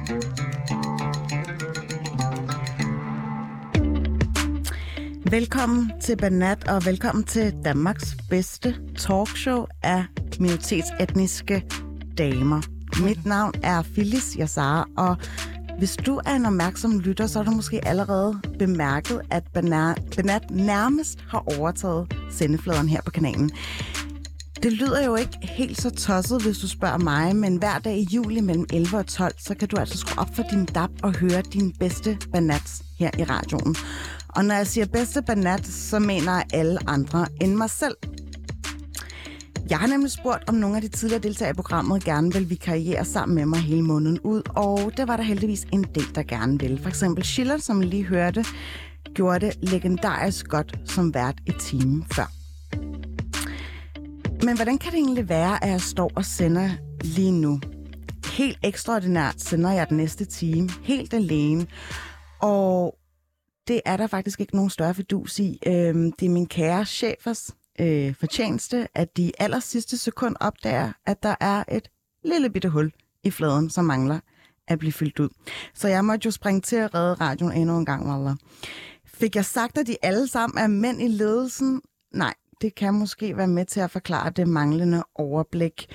Velkommen til Banat, og velkommen til Danmarks bedste talkshow af minoritetsetniske damer. Mit navn er Phyllis Yassar, og hvis du er en opmærksom lytter, så har du måske allerede bemærket, at Banat nærmest har overtaget sendefladen her på kanalen. Det lyder jo ikke helt så tosset, hvis du spørger mig, men hver dag i juli mellem 11 og 12, så kan du altså skrue op for din DAB og høre din bedste Banats her i radioen. Og når jeg siger bedste Banat, så mener jeg alle andre end mig selv. Jeg har nemlig spurgt, om nogle af de tidligere deltagere i programmet gerne vil vikariere sammen med mig hele måneden ud, og det var der heldigvis en del, der gerne ville. For eksempel Schiller, som lige hørte, gjorde det legendarisk godt som vært i timen før. Men hvordan kan det egentlig være, at jeg står og sender lige nu? Helt ekstraordinært sender jeg den næste time, helt alene, og det er der faktisk ikke nogen større fidus i. Det er min kære chefers fortjeneste, at de aller sidste sekund opdager, at der er et lille bitte hul i fladen, som mangler at blive fyldt ud. Så jeg måtte jo springe til at redde radioen endnu en gang, Wallah. Fik jeg sagt, at de alle sammen er mænd i ledelsen? Nej, det kan måske være med til at forklare det manglende overblik.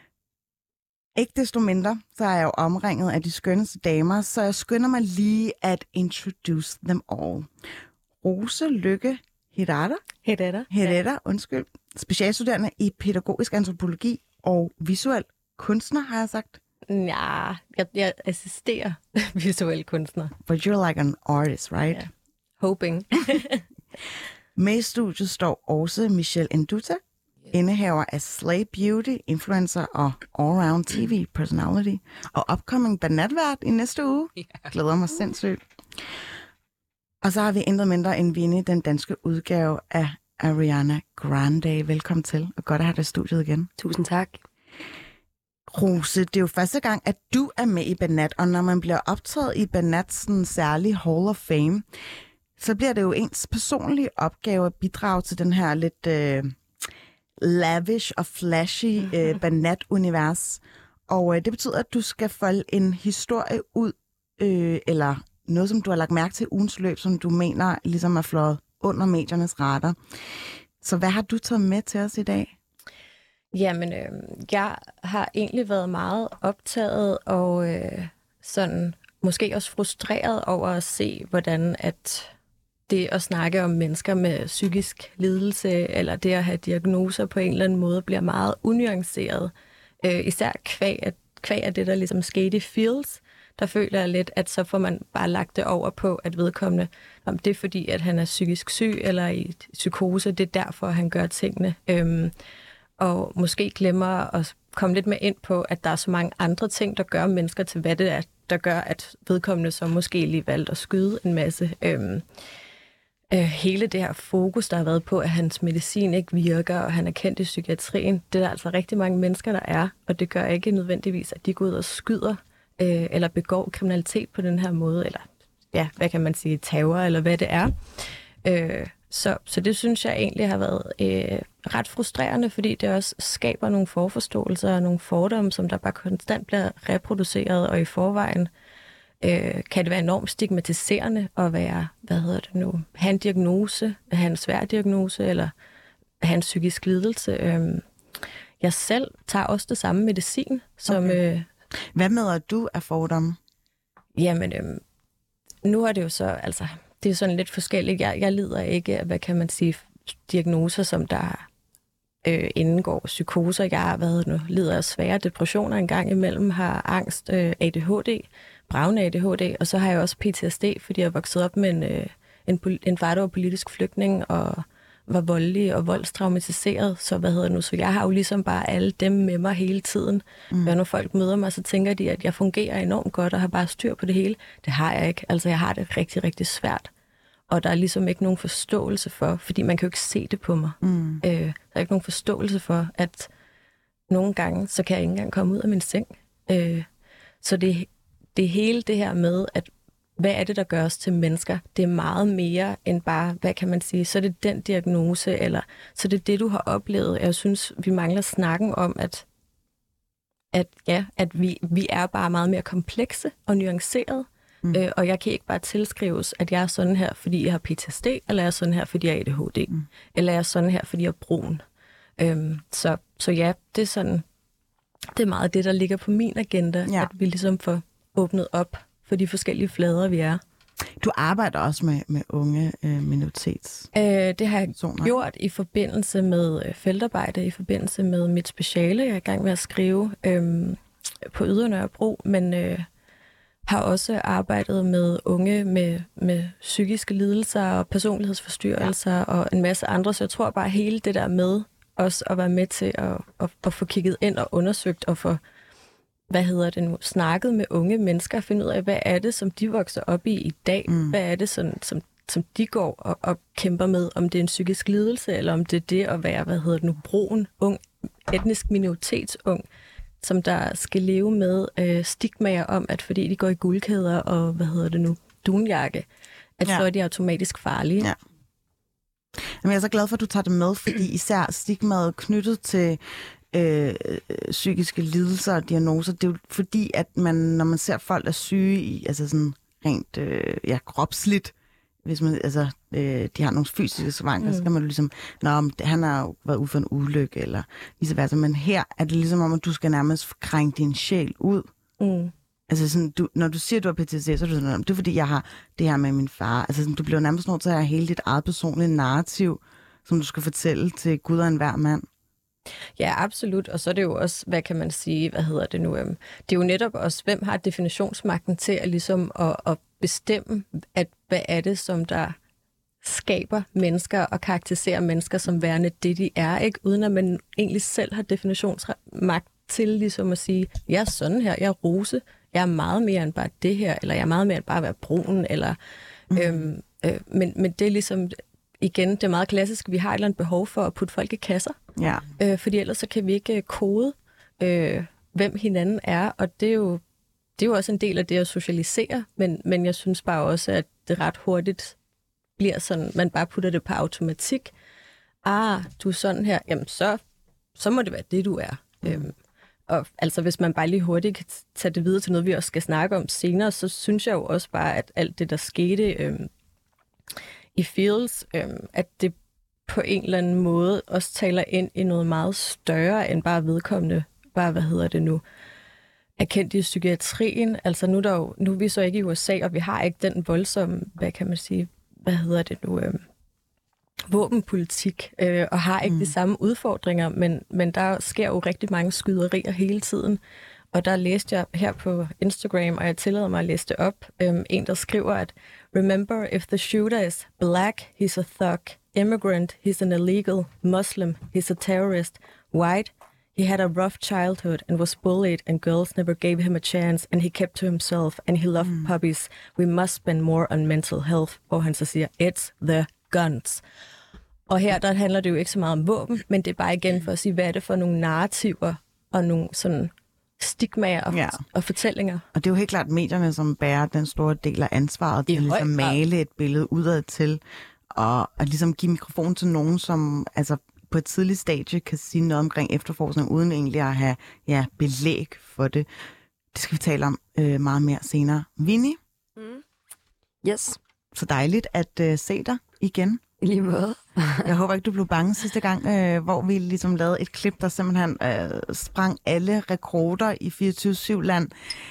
Ikke desto mindre, så er jeg jo omringet af de skønneste damer, så jeg skynder mig lige at introduce them all. Rose Lykke Herrera, undskyld. Specialstuderende i pædagogisk antropologi og visuel kunstner, har jeg sagt. Ja, jeg assisterer visuel kunstner. But you're like an artist, right? Yeah. Hoping. Med i studiet står også Michelle Nduta, indehaver af Slay Beauty, influencer og all-round TV personality, og upcoming Banatvært i næste uge. Glæder mig sindssygt. Og så har vi intet mindre end vinde den danske udgave af Ariana Grande. Velkommen til, og godt at have dig i studiet igen. Tusind tak. Rose, det er jo første gang, at du er med i Banat, og når man bliver optaget i Banats særlige Hall of Fame, så bliver det jo ens personlige opgave at bidrage til den her lidt lavish og flashy Banat-univers. Og det betyder, at du skal folde en historie ud, eller noget, som du har lagt mærke til ugens løb, som du mener ligesom er fløjet under mediernes radar. Så hvad har du taget med til os i dag? Jamen, jeg har egentlig været meget optaget og sådan måske også frustreret over at se, hvordan at det at snakke om mennesker med psykisk lidelse, eller det at have diagnoser på en eller anden måde, bliver meget unuanceret. Især kvæg af det, der ligesom skete i Fields, der føler jeg lidt, at så får man bare lagt det over på, at vedkommende, om det er fordi, at han er psykisk syg, eller i psykose, det er derfor, han gør tingene. Og måske glemmer at komme lidt mere ind på, at der er så mange andre ting, der gør mennesker til, hvad det er, der gør, at vedkommende så måske lige valgte at skyde en masse. Hele det her fokus, der har været på, at hans medicin ikke virker, og han er kendt i psykiatrien, det er der altså rigtig mange mennesker, der er, og det gør ikke nødvendigvis, at de går ud og skyder, eller begår kriminalitet på den her måde, eller ja, hvad kan man sige, terror, eller hvad det er. Så det synes jeg egentlig har været ret frustrerende, fordi det også skaber nogle forforståelser og nogle fordomme, som der bare konstant bliver reproduceret, og i forvejen kan det være enormt stigmatiserende at være, have en diagnose, have en svær diagnose, eller have en psykisk lidelse. Jeg selv tager også det samme medicin, som... Okay. Hvad møder du af fordomme? Jamen, nu er det jo så, altså, det er sådan lidt forskelligt. Jeg lider ikke af, hvad kan man sige, diagnoser, som der indgår psykoser. Jeg lider af svære depressioner en gang imellem, har angst, ADHD, bravende ADHD, og så har jeg også PTSD, fordi jeg er vokset op med en far, der var politisk flygtning, og var voldelig og voldstraumatiseret, så jeg har jo ligesom bare alle dem med mig hele tiden. Når folk møder mig, så tænker de, at jeg fungerer enormt godt og har bare styr på det hele. Det har jeg ikke. Altså, jeg har det rigtig, rigtig svært. Og der er ligesom ikke nogen forståelse for, fordi man kan jo ikke se det på mig. Der er ikke nogen forståelse for, at nogle gange, så kan jeg ikke engang komme ud af min seng. Så det er hele det her med, at hvad er det, der gør os til mennesker? Det er meget mere end bare, hvad kan man sige, så er det den diagnose, eller så er det det, du har oplevet. Jeg synes, vi mangler snakken om, at at vi er bare meget mere komplekse og nuancerede. Og jeg kan ikke bare tilskrives, at jeg er sådan her, fordi jeg har PTSD, eller jeg er sådan her, fordi jeg er ADHD, eller jeg er sådan her, fordi jeg er brun. Så ja, det er sådan, det er meget det, der ligger på min agenda, at vi ligesom får åbnet op for de forskellige flader, vi er. Du arbejder også med unge minoritets. Det har jeg gjort i forbindelse med feltarbejde, i forbindelse med mit speciale. Jeg er i gang med at skrive på Ydre Nørrebro, men har også arbejdet med unge med psykiske lidelser og personlighedsforstyrrelser og en masse andre. Så jeg tror bare hele det der med også at være med til at få kigget ind og undersøgt og få snakket med unge mennesker og finde ud af, hvad er det, som de vokser op i dag? Hvad er det, som de går og kæmper med? Om det er en psykisk lidelse, eller om det er det at være, brun, ung, etnisk minoritetsung, som der skal leve med stigmaer om, at fordi de går i guldkæder og, dunjakke, at så er de automatisk farlige. Ja. Jamen, jeg er så glad for, at du tager det med, fordi især stigmaet knyttet til psykiske lidelser og diagnoser, det er jo fordi, at når man ser folk, der er syge, altså sådan rent kropsligt, hvis man, de har nogle fysiske skavanker, så kan man ligesom, han har jo været ude for en ulykke, eller lige så værd. Men her er det ligesom om, at du skal nærmest krænke din sjæl ud. Altså sådan, når du siger, at du har PTSD, så er du sådan, det er fordi, jeg har det her med min far. Altså sådan, du bliver nærmest nødt til at have hele dit eget personlige narrativ, som du skal fortælle til Gud og enhver mand. Ja, absolut. Og så er det jo også, hvad kan man sige, det er jo netop også, hvem har definitionsmagten til at ligesom at bestemme, at hvad er det, som der skaber mennesker og karakteriserer mennesker som værende det, de er, ikke? Uden at man egentlig selv har definitionsmagt til ligesom at sige, jeg er sådan her, jeg er Rose, jeg er meget mere end bare det her, eller jeg er meget mere end bare at være brun, eller men det er ligesom igen, det er meget klassisk, vi har et eller andet behov for at putte folk i kasser. Ja. Fordi ellers så kan vi ikke kode, hvem hinanden er, og det er jo også en del af det at socialisere, men jeg synes bare også, at det ret hurtigt bliver sådan, man bare putter det på automatik. Du er sådan her, jamen så må det være det, du er. Og altså, hvis man bare lige hurtigt kan tage det videre til noget, vi også skal snakke om senere, så synes jeg jo også bare, at alt det, der skete i Fields, at det på en eller anden måde også taler ind i noget meget større end bare vedkommende, er kendt i psykiatrien. Altså nu er vi så ikke i USA, og vi har ikke den voldsomme, våbenpolitik, og har ikke de samme udfordringer, men der sker jo rigtig mange skyderier hele tiden. Og der læste jeg her på Instagram, og jeg tillader mig at læse det op, en, der skriver, at remember, if the shooter is black, he's a thug. Immigrant, he's an illegal. Muslim, he's a terrorist. White, he had a rough childhood and was bullied, and girls never gave him a chance, and he kept to himself, and he loved puppies. We must spend more on mental health. Og han så siger, it's the guns. Og her, der handler det jo ikke så meget om våben, men det er bare igen for at sige, hvad er det for nogle narrativer og nogle sådan stigmaer og fortællinger. Og det er jo helt klart medierne, som bærer den store del af ansvaret til at ligesom male et billede udad til, og at ligesom give mikrofon til nogen, som altså på et tidligt stadie kan sige noget omkring efterforskning, uden egentlig at have belæg for det. Det skal vi tale om meget mere senere. Vinnie? Yes. Så dejligt at se dig igen. I lige måde. Jeg håber ikke, du blev bange sidste gang, hvor vi ligesom lavede et klip, der simpelthen sprang alle rekorder i 24/7-land.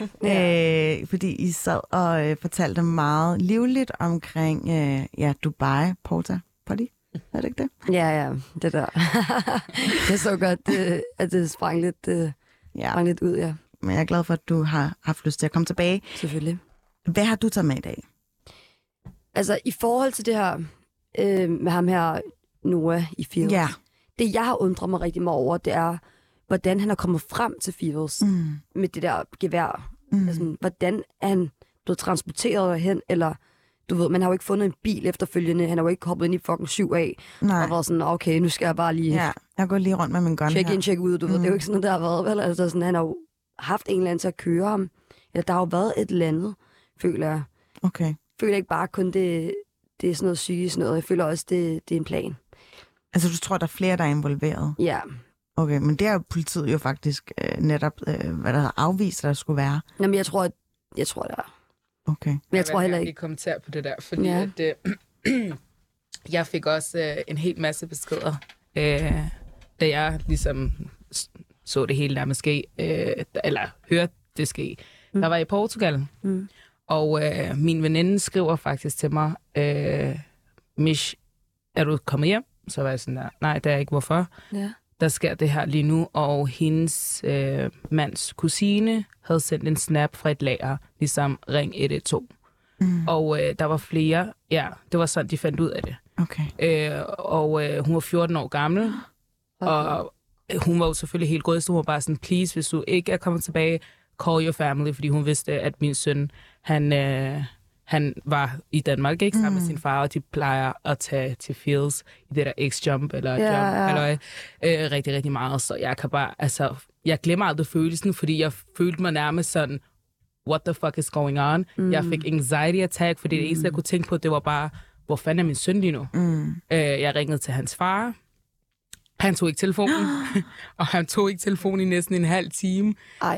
Fordi I sad og fortalte meget livligt omkring Dubai, Porta Potty. Er det ikke det? Ja, det der. Jeg så godt, at det sprang lidt ud, ja. Men jeg er glad for, at du har haft lyst til at komme tilbage. Selvfølgelig. Hvad har du taget med i dag? Altså, i forhold til det her med ham her, Noah i Fields. Yeah. Det, jeg har undret mig rigtig meget over, det er, hvordan han er kommet frem til Fields med det der gevær. Altså, hvordan er han blevet transporteret hen, eller du ved, man har jo ikke fundet en bil efterfølgende, han har jo ikke hoppet ind i fucking 7A, og været sådan, okay, nu skal jeg bare lige... Ja, jeg går lige rundt med min gun check in, check ud, du ved, det er jo ikke sådan, der har været, vel? Altså, sådan, han har jo haft en eller anden til at køre ham. Eller der har jo været et eller andet, føler jeg. Okay. Jeg føler ikke bare kun det er sådan noget psykisk noget. Jeg føler også, det er en plan. Altså, du tror, der er flere, der er involveret? Ja. Okay, men det er jo politiet jo faktisk netop, hvad der har afvist, at der skulle være. Jamen, jeg tror, det er. Okay. Men jeg tror heller ikke... Jeg vil kommentere på det der, fordi at, jeg fik også en hel masse beskeder, da jeg ligesom så det hele nærmest ske, eller hørte det ske. Der var i Portugal, og min veninde skriver faktisk til mig, Mish, er du kommet hjem? Så var jeg sådan der, nej, det er ikke, hvorfor? Ja. Der sker det her lige nu, og hendes mands kusine havde sendt en snap fra et lager, ligesom ring 112. Og der var flere, det var sådan, de fandt ud af det. Okay. Hun var 14 år gammel, og hun var jo selvfølgelig helt rystet. Hun var bare sådan, please, hvis du ikke er kommet tilbage, call your family, fordi hun vidste, at min søn, han var i Danmark, ikke sammen med sin far, og de plejer at tage til Fields i det der X-jump, eller jump, rigtig, rigtig meget. Så jeg kan bare, jeg glemmer aldrig følelsen, fordi jeg følte mig nærmest sådan, what the fuck is going on? Jeg fik anxiety attack, fordi det eneste, jeg kunne tænke på, det var bare, hvor fanden er min søn lige nu? Jeg ringede til hans far. Han tog ikke telefonen, og han tog ikke telefonen i næsten en halv time.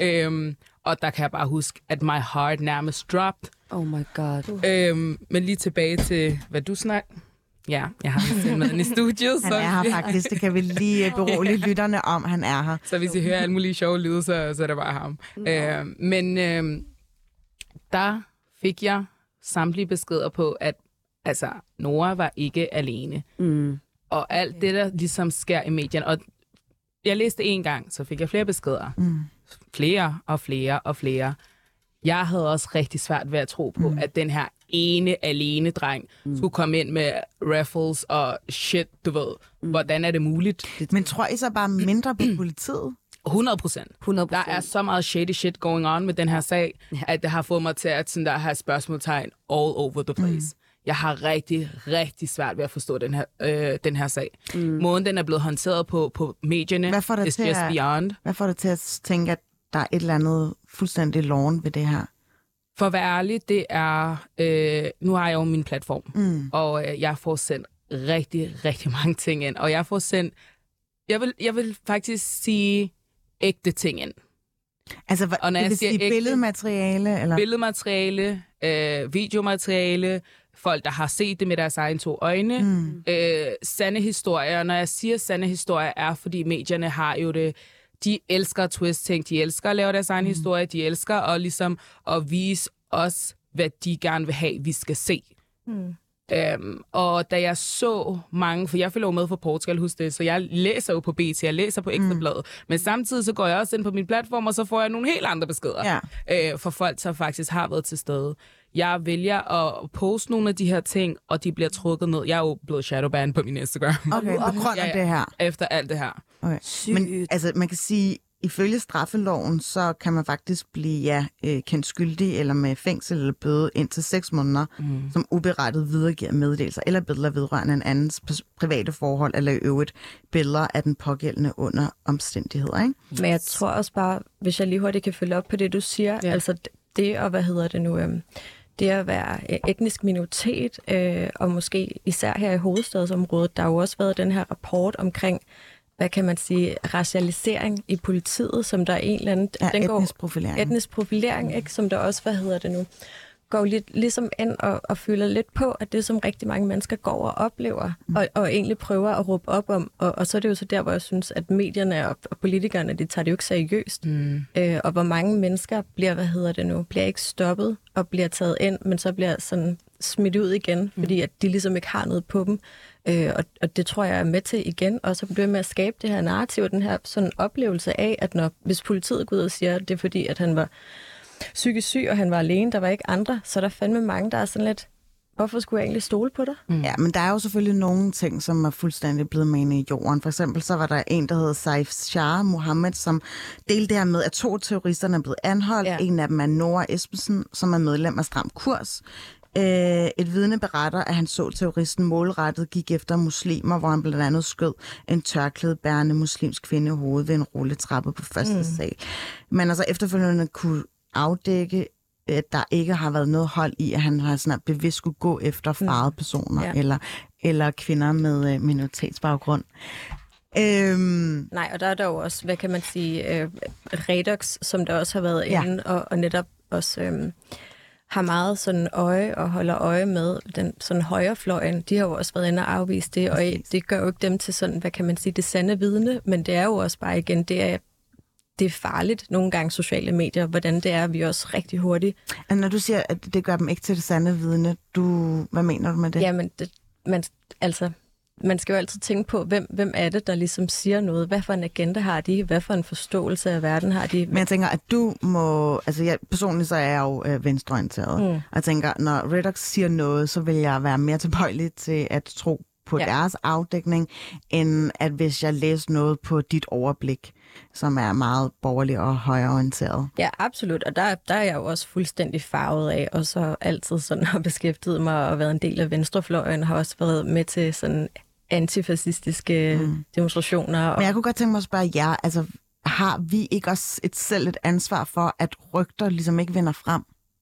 Og der kan jeg bare huske, at my heart nærmest dropped. Oh my god. Men lige tilbage til, hvad du snakker. Ja, jeg har sendt med i studiet. Han er her faktisk, det kan vi lige berolige lytterne om, han er her. Så hvis I hører alle mulige sjove lyde, så er det bare ham. Men der fik jeg samtlige beskeder på, at Noah var ikke alene. Og alt det, der ligesom sker i medierne. Og jeg læste en gang, så fik jeg flere beskeder. Flere og flere og flere. Jeg havde også rigtig svært ved at tro på, at den her alene dreng skulle komme ind med raffles og shit, du ved. Hvordan er det muligt? Men tror I så bare mindre på politiet? 100%. Der er så meget shady shit going on med den her sag, at det har fået mig til at sådan have spørgsmålstegn all over the place. Jeg har rigtig, rigtig svært ved at forstå den her sag. Måden, den er blevet håndteret på medierne, is just beyond. Hvad får dig til at tænke, at der er et eller andet fuldstændig loven ved det her? For at være ærlig, det er... nu har jeg jo min platform, og jeg får sendt rigtig, rigtig mange ting ind. Og jeg får sendt... Jeg vil faktisk sige ægte ting ind. Altså, og når det vil sige ægte, billedmateriale? Eller? Billedmateriale, videomateriale, folk, der har set det med deres egen 2 øjne. Sande historier. Når jeg siger sande historier, er fordi medierne har jo det... De elsker at twist ting, de elsker at lave deres egen historie, de elsker at, ligesom, at vise os, hvad de gerne vil have, vi skal se. Og da jeg så mange, for jeg følger jo med for Portugal, husk det, så jeg læser jo på BT, jeg læser på Ekstrabladet, men samtidig så går jeg også ind på min platform, og så får jeg nogle helt andre beskeder for folk, der faktisk har været til stede. Jeg vælger at poste nogle af de her ting, og de bliver trukket ned. Jeg er jo blevet shadowbanned på min Instagram. Okay, på grund af det her? Efter alt det her. Okay. Men altså, man kan sige, ifølge straffeloven, så kan man faktisk blive kendt skyldig eller med fængsel eller bøde indtil 6 måneder, som uberettet videregiver meddelelser eller billeder vedrørende en andens private forhold eller i øvrigt billeder af den pågældende under omstændigheder. Ikke? Men jeg tror også bare, hvis jeg lige hurtigt kan følge op på det, du siger, altså det at, det at være etnisk minoritet, og måske især her i hovedstadsområdet, der har jo også været den her rapport omkring, hvad kan man sige, racialisering i politiet, som der er en eller anden... Ja, etnisk profilering. Etnisk profilering, ikke? Som der også, går ligesom ind og føler lidt på, at det, som rigtig mange mennesker går og oplever, og egentlig prøver at råbe op om. Og så er det jo så der, hvor jeg synes, at medierne og politikerne, de tager det jo ikke seriøst. Og hvor mange mennesker bliver, bliver ikke stoppet og bliver taget ind, men så bliver sådan smidt ud igen, fordi at de ligesom ikke har noget på dem. Og det tror jeg er med til igen, og så bliver med at skabe det her narrativ, den her sådan oplevelse af, at hvis politiet går ud og siger, at det er fordi, at han var psykisk syg, og han var alene, der var ikke andre, så er der fandme mange, der er sådan lidt, hvorfor skulle jeg egentlig stole på dig? Ja, men der er jo selvfølgelig nogle ting, som er fuldstændig blevet med i jorden. For eksempel så var der en, der hed Saif Shah Mohammed, som delte det her med, at 2 terrorister er blevet anholdt. En af dem er Noah Esbensen, som er medlem af Stram Kurs. Et vidne beretter, at han så terroristen målrettet gik efter muslimer, hvor han blandt andet skød en tørklædebærende muslimsk kvinde i hovedet ved en rulletrappe på første sal. Men altså efterfølgende kunne afdække, at der ikke har været noget hold i, at han har sådan bevidst skulle gå efter farvede personer eller kvinder med minoritetsbaggrund. Nej, og der er der jo også, hvad kan man sige, Redox, som der også har været inde, og netop også har meget sådan holder øje med den sådan højrefløjen. De har jo også været inde og afvise det, og det gør jo ikke dem til sådan, hvad kan man sige, det sande vidne, men det er jo også bare igen, det er farligt nogle gange sociale medier, hvordan det er, vi er også rigtig hurtigt. Når du siger, at det gør dem ikke til det sande vidne, hvad mener du med det? Jamen, man skal jo altid tænke på, hvem er det, der ligesom siger noget? Hvad for en agenda har de? Hvad for en forståelse af verden har de? Men jeg tænker, at du må... Altså, personligt så er jeg jo venstreorienteret. Og jeg tænker, når Redox siger noget, så vil jeg være mere tilbøjelig til at tro på deres afdækning, end at hvis jeg læser noget på dit overblik, som er meget borgerlig og højreorienteret. Ja, absolut. Og der er jeg jo også fuldstændig farvet af, og så altid sådan har beskæftiget mig og været en del af venstrefløjen, har også været med til sådan antifascistiske demonstrationer. Men jeg kunne godt tænke mig at spørge jer, altså har vi ikke også selv et ansvar for, at rygter ligesom ikke vinder frem?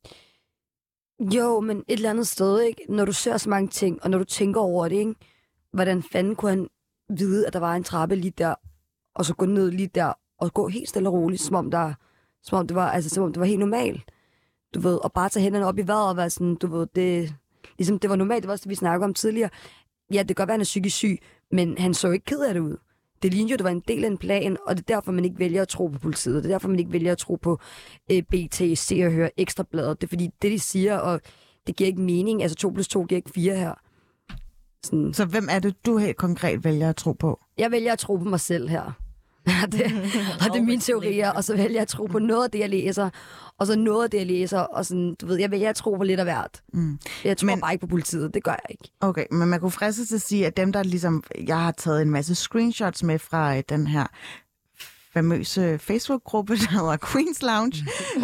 Jo, men et eller andet sted, ikke? Når du ser så mange ting, og når du tænker over det, ikke? Hvordan fanden kunne han vide, at der var en trappe lige der, og så gå ned lige der, og gå helt stille og roligt, som om det var helt normalt. Du ved, og bare tage hænderne op i vejret og være sådan, du ved, det var normalt, det var også det, vi snakkede om tidligere. Ja, det kan godt være, han er psykisk syg, men han så ikke ked af det ud. Det lignede jo, det var en del af en plan, og det er derfor, man ikke vælger at tro på politiet. Det er derfor, man ikke vælger at tro på BT, Se og Høre, Ekstrabladet. Det er fordi, det de siger, og det giver ikke mening. Altså 2 + 2 giver ikke 4 her. Sådan. Så hvem er det, du helt konkret vælger at tro på? Jeg vælger at tro på mig selv her. Og det er mine teorier, og så vælger jeg at tro på noget af det, jeg læser, og så noget af det, jeg læser, og sådan, du ved, jeg vælger at tro på lidt af hvert. Jeg tror bare ikke på politiet, det gør jeg ikke. Okay, men man kunne friste til at sige, at dem, der ligesom, jeg har taget en masse screenshots med fra den her famøse Facebook-gruppe, der hedder Queen's Lounge.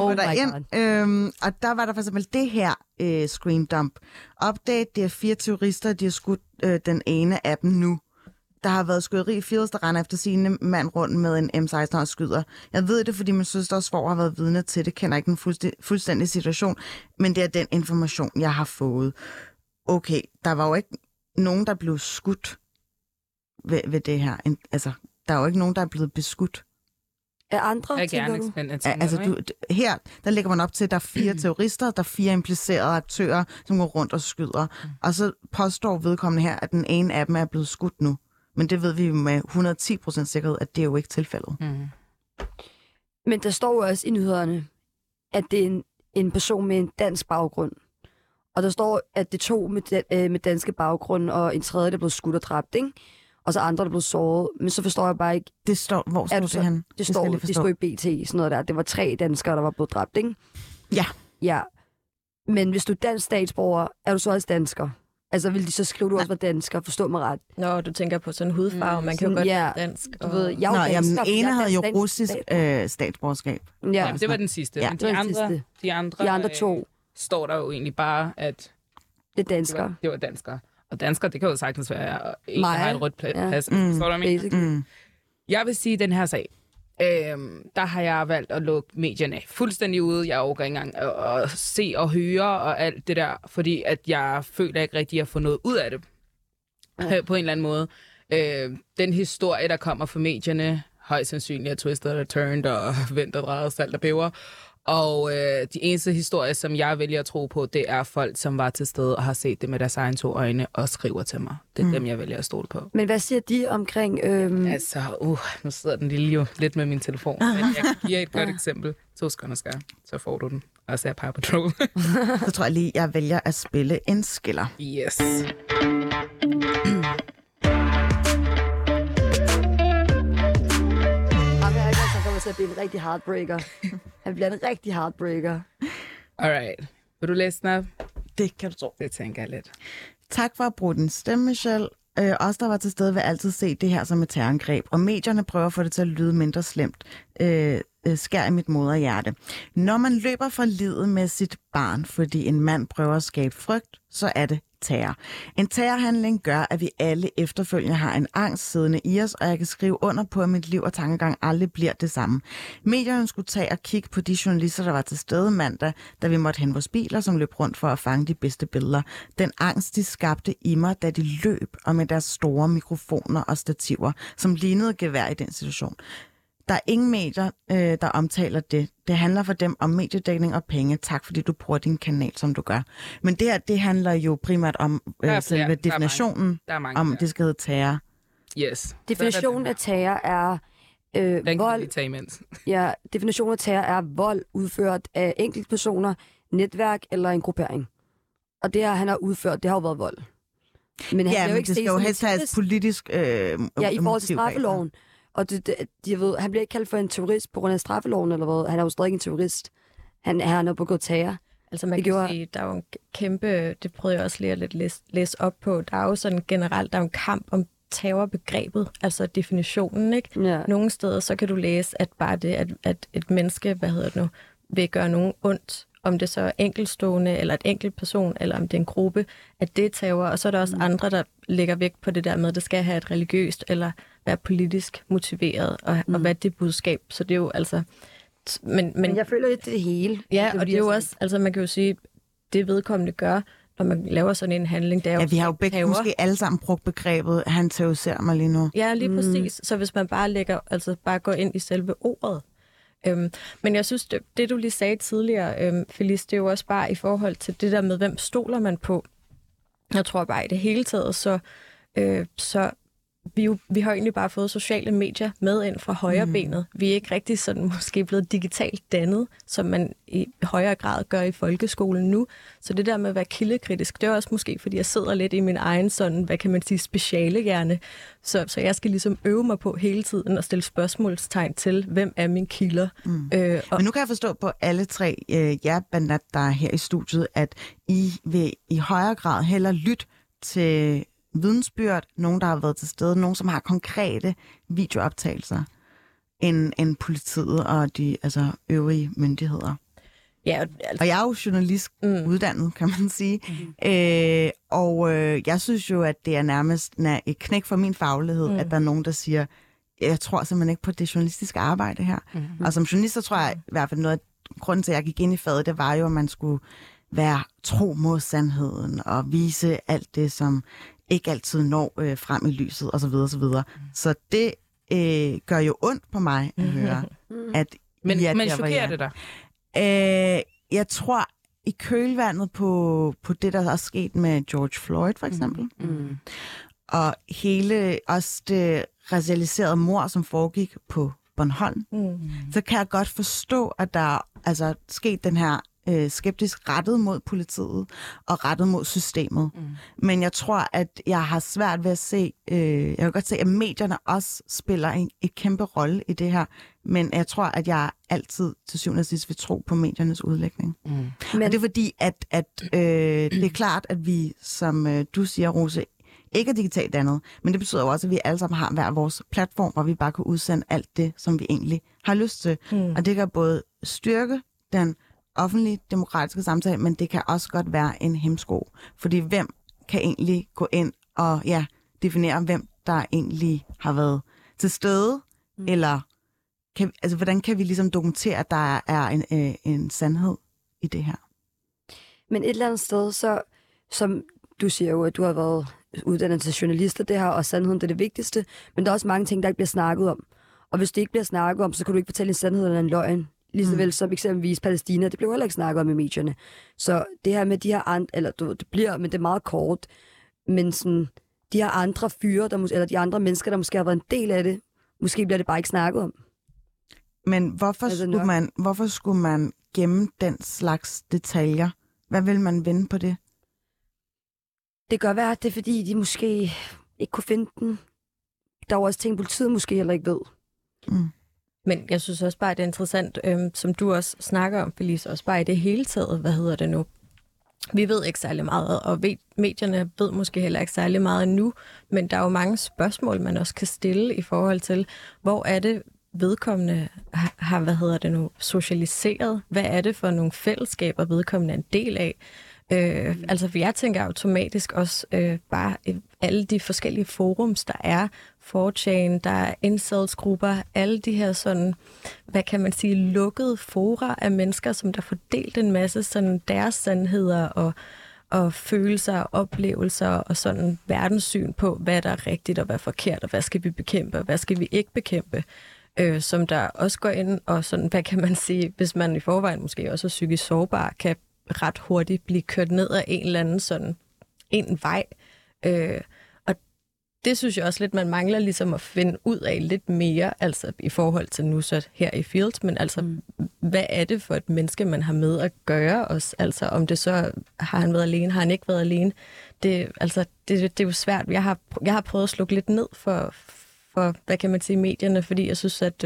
Og der var der for eksempel det her screen dump. Update, det er 4 terrorister, de har skudt den ene af dem nu. Der har været skyderi i Fields, der render efter sine mand rundt med en M16 og skyder. Jeg ved det, fordi min søster og svoger har været vidne til det. Kender ikke den fuldstændige situation, men det er den information, jeg har fået. Okay, der var jo ikke nogen, der blev skudt ved det her. Altså, der er jo ikke nogen, der er blevet beskudt. Af andre, tænker du? Altså, her, der lægger man op til, at der er 4 terrorister, der er 4 implicerede aktører, som går rundt og skyder. Og så påstår vedkommende her, at den ene af dem er blevet skudt nu. Men det ved vi jo med 110% sikkerhed, at det er jo ikke tilfældet. Men der står jo også i nyhederne, at det er en person med en dansk baggrund. Og der står, at det er 2 med danske baggrund, og en tredje, der er blevet skudt og dræbt, ikke? Og så andre, der er blevet såret. Men så forstår jeg bare ikke... Det står, hvor står det henne? Det står i BT, sådan noget der. Det var 3 danskere, der var blevet dræbt, ikke? Ja. Ja. Men hvis du er dansk statsborger, er du så også dansker? Altså, vil de så skrive, du også var dansker? Forstå mig ret. Nå, du tænker på sådan en hudfarve. Man kan jo godt være dansk. Du ved, jeg den ene havde jo russisk statsborgerskab. Ja, det var den sidste. Ja. Men de andre 2 står der jo egentlig bare, at det er danskere. Det var danskere. Og danskere, det kan jo sagtens være en, der har et rødt pas. Jeg vil sige, den her sag, der har jeg valgt at lukke medierne fuldstændig ude. Jeg overgår ikke engang at se og høre og alt det der, fordi at jeg føler ikke rigtig at få noget ud af det på en eller anden måde. Den historie, der kommer fra medierne, højst sandsynligt er twisted og turned og vendt og drejet, salt og peber. Og de eneste historier, som jeg vælger at tro på, det er folk, som var til stede og har set det med deres egen 2 øjne og skriver til mig. Det er dem, jeg vælger at stole på. Men hvad siger de omkring... Altså, nu sidder den lille jo lidt med min telefon. Men jeg kan give et godt eksempel. 2 sekunder skal, så får du den. Og så er Power Patrol. Så tror jeg lige, jeg vælger at spille en skiller. Yes. Til at blive en rigtig heartbreaker. Han bliver en rigtig heartbreaker. Alright. Vil du læse den op? Det kan du tro. Det tænker jeg lidt. Tak for at bruge din stemme, Michelle. Os, der var til stede, vil altid se det her som et terrorangreb, og medierne prøver at få det til at lyde mindre slemt. Skær i mit moderhjerte. Når man løber for livet med sit barn, fordi en mand prøver at skabe frygt, så er det terror. En terrorhandling gør, at vi alle efterfølgende har en angst siddende i os, og jeg kan skrive under på, at mit liv og tankegang aldrig bliver det samme. Medierne skulle tage og kigge på de journalister, der var til stede mandag, da vi måtte hente vores biler, som løb rundt for at fange de bedste billeder. Den angst, de skabte i mig, da de løb, og med deres store mikrofoner og stativer, som lignede gevær i den situation. Der er ingen medier, der omtaler det. Det handler for dem om mediedækning og penge. Tak, fordi du bruger din kanal, som du gør. Men det her, det handler jo primært om selve definitionen, om det skal hedde terror. Yes. Definitionen af terror er vold. Ja, definitionen af terror er vold udført af enkeltpersoner, netværk eller en gruppering. Og det her, han har udført, det har jo været vold. Men han jo ikke det skal jo helst have et politisk ja, i forhold til straffeloven. Og han bliver ikke kaldt for en terrorist på grund af straffeloven, eller hvad? Han er jo stadig en terrorist. Han har begået terror. Altså man kan sige, der er jo en kæmpe, det prøvede jeg også lige at læse op på, der er jo sådan generelt, der er en kamp om terrorbegrebet, altså definitionen, ikke? Ja. Nogle steder, så kan du læse, at bare det, at et menneske, vil gøre nogen ondt, om det så er enkeltstående, eller et enkelt person, eller om det er en gruppe, at det er terror. Og så er der også andre, der lægger vægt på det der med, at det skal have et religiøst, eller være politisk motiveret, og være det budskab. Så det er jo altså... Men jeg føler lidt det hele. Ja, og det er jo også... Altså man kan jo sige, det vedkommende gør, når man laver sådan en handling, det er jo... Ja, vi har jo begge måske alle sammen brugt begrebet, han terroriserer mig lige nu. Ja, lige præcis. Så hvis man bare går ind i selve ordet. Men jeg synes, det du lige sagde tidligere, Felice, det er jo også bare i forhold til det der med, hvem stoler man på. Jeg tror bare i det hele taget, så vi har egentlig bare fået sociale medier med ind fra højre benet. Vi er ikke rigtig sådan måske blevet digitalt dannet, som man i højere grad gør i folkeskolen nu. Så det der med at være kildekritisk, det er også måske, fordi jeg sidder lidt i min egen sådan, hvad kan man sige, specialehjerne. Så jeg skal ligesom øve mig på hele tiden og stille spørgsmålstegn til, hvem er mine kilder. Men nu kan jeg forstå på alle tre jer, Banat, der er her i studiet, at I vil i højere grad hellere lytte til vidensbyrd, nogen, der har været til stede, nogen, som har konkrete videooptagelser, end politiet og de øvrige myndigheder. Ja, og jeg er jo journalist uddannet, kan man sige. Jeg synes jo, at det er nærmest et knæk for min faglighed, at der er nogen, der siger, jeg tror simpelthen ikke på det journalistiske arbejde her. Og som journalist, så tror jeg i hvert fald noget af grunden til, at jeg gik ind i faget, det var jo, at man skulle være tro mod sandheden og vise alt det, som ikke altid når frem i lyset, osv. osv. Så det gør jo ondt på mig at høre. Men chokerer det dig? Jeg tror, i kølvandet på det, der er sket med George Floyd, for eksempel, og hele også det racialiserede mord, som foregik på Bornholm, så kan jeg godt forstå, at der er sket den her skeptisk rettet mod politiet og rettet mod systemet. Men jeg tror, at jeg har svært ved at se, jeg kan godt se, at medierne også spiller et kæmpe rolle i det her, men jeg tror, at jeg altid til syvende og sidst vil tro på mediernes udlægning. Men det er fordi, at det er klart, at vi, som du siger, Rose, ikke er digitalt dannet, men det betyder jo også, at vi alle sammen har hver vores platform, hvor vi bare kan udsende alt det, som vi egentlig har lyst til. Og det kan både styrke den offentlige demokratiske samtale, men det kan også godt være en hæmsko. Fordi hvem kan egentlig gå ind og definere, hvem der egentlig har været til stede, eller hvordan kan vi ligesom dokumentere, at der er en sandhed i det her? Men et eller andet sted, så som du siger jo, at du har været uddannet til journalister, det her, og sandheden det er det vigtigste, men der er også mange ting, der ikke bliver snakket om. Og hvis det ikke bliver snakket om, så kan du ikke fortælle en sandhed eller en løgn. Lige så vel som eksempelvis Palæstina, det blev heller ikke snakket om i medierne. Så det her med de her andre, eller det bliver, men det er meget kort, men sådan, de her andre fyre, eller de andre mennesker, der måske har været en del af det, måske bliver det bare ikke snakket om. Men hvorfor skulle man gemme den slags detaljer? Hvad vil man vinde på det? Det kan være, at det er fordi, de måske ikke kunne finde den. Der er også ting, politiet måske heller ikke ved. Men jeg synes også bare, at det er interessant, som du også snakker om, Felice, også bare i det hele taget, Vi ved ikke særlig meget, og medierne ved måske heller ikke særlig meget endnu, men der er jo mange spørgsmål, man også kan stille i forhold til, hvor er det vedkommende har socialiseret? Hvad er det for nogle fællesskaber, vedkommende er en del af? Altså, for jeg tænker automatisk også bare alle de forskellige forums, der er, 4chan, der er incels-grupper, alle de her sådan, hvad kan man sige, lukkede fora af mennesker, som der får delt en masse sådan deres sandheder og følelser og oplevelser og sådan verdenssyn på, hvad der er rigtigt og hvad er forkert, og hvad skal vi bekæmpe, og hvad skal vi ikke bekæmpe. Som der også går ind og sådan, hvad kan man sige, hvis man i forvejen måske også er psykisk sårbar, kan ret hurtigt blive kørt ned af en eller anden sådan en vej. Og det synes jeg også lidt, man mangler ligesom at finde ud af lidt mere, altså i forhold til nu så her i Fields, men altså, hvad er det for et menneske, man har med at gøre os? Altså, om det så, har han været alene, har han ikke været alene? Det er jo svært. Jeg har prøvet at slukke lidt ned for hvad kan man sige, medierne, fordi jeg synes, at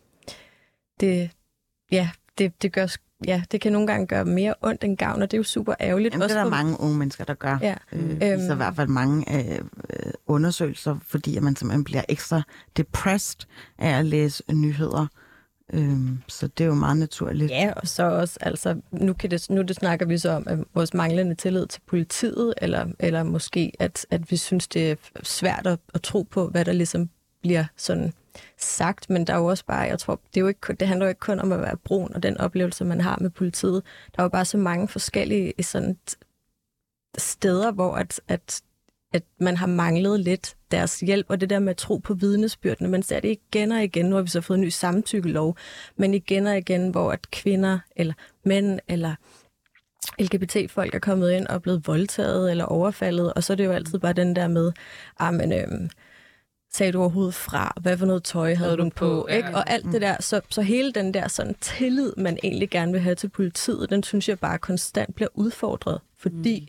det kan nogle gange gøre mere ondt end gavn, og det er jo super ærgerligt. Jamen, det er der mange unge mennesker, der gør. Ja. Så i hvert fald mange undersøgelser, fordi at man simpelthen bliver ekstra depressed af at læse nyheder. Så det er jo meget naturligt. Ja, og så også, altså, nu snakker vi så om at vores manglende tillid til politiet, eller måske, at vi synes, det er svært at tro på, hvad der ligesom bliver sådan sagt, men der er jo også bare, jeg tror, det handler jo ikke kun om at være brun og den oplevelse, man har med politiet. Der er jo bare så mange forskellige sådan steder, hvor at man har manglet lidt deres hjælp, og det der med at tro på vidnesbyrdene. Man ser det igen og igen, nu har vi så fået en ny samtykkelov, men igen og igen, hvor at kvinder eller mænd eller LGBT-folk er kommet ind og blevet voldtaget eller overfaldet, og så er det jo altid bare den der med, sagde du overhovedet fra? Hvad for noget tøj havde du på? Ikke? Og alt det der. Så hele den der sådan tillid, man egentlig gerne vil have til politiet, den synes jeg bare konstant bliver udfordret. Fordi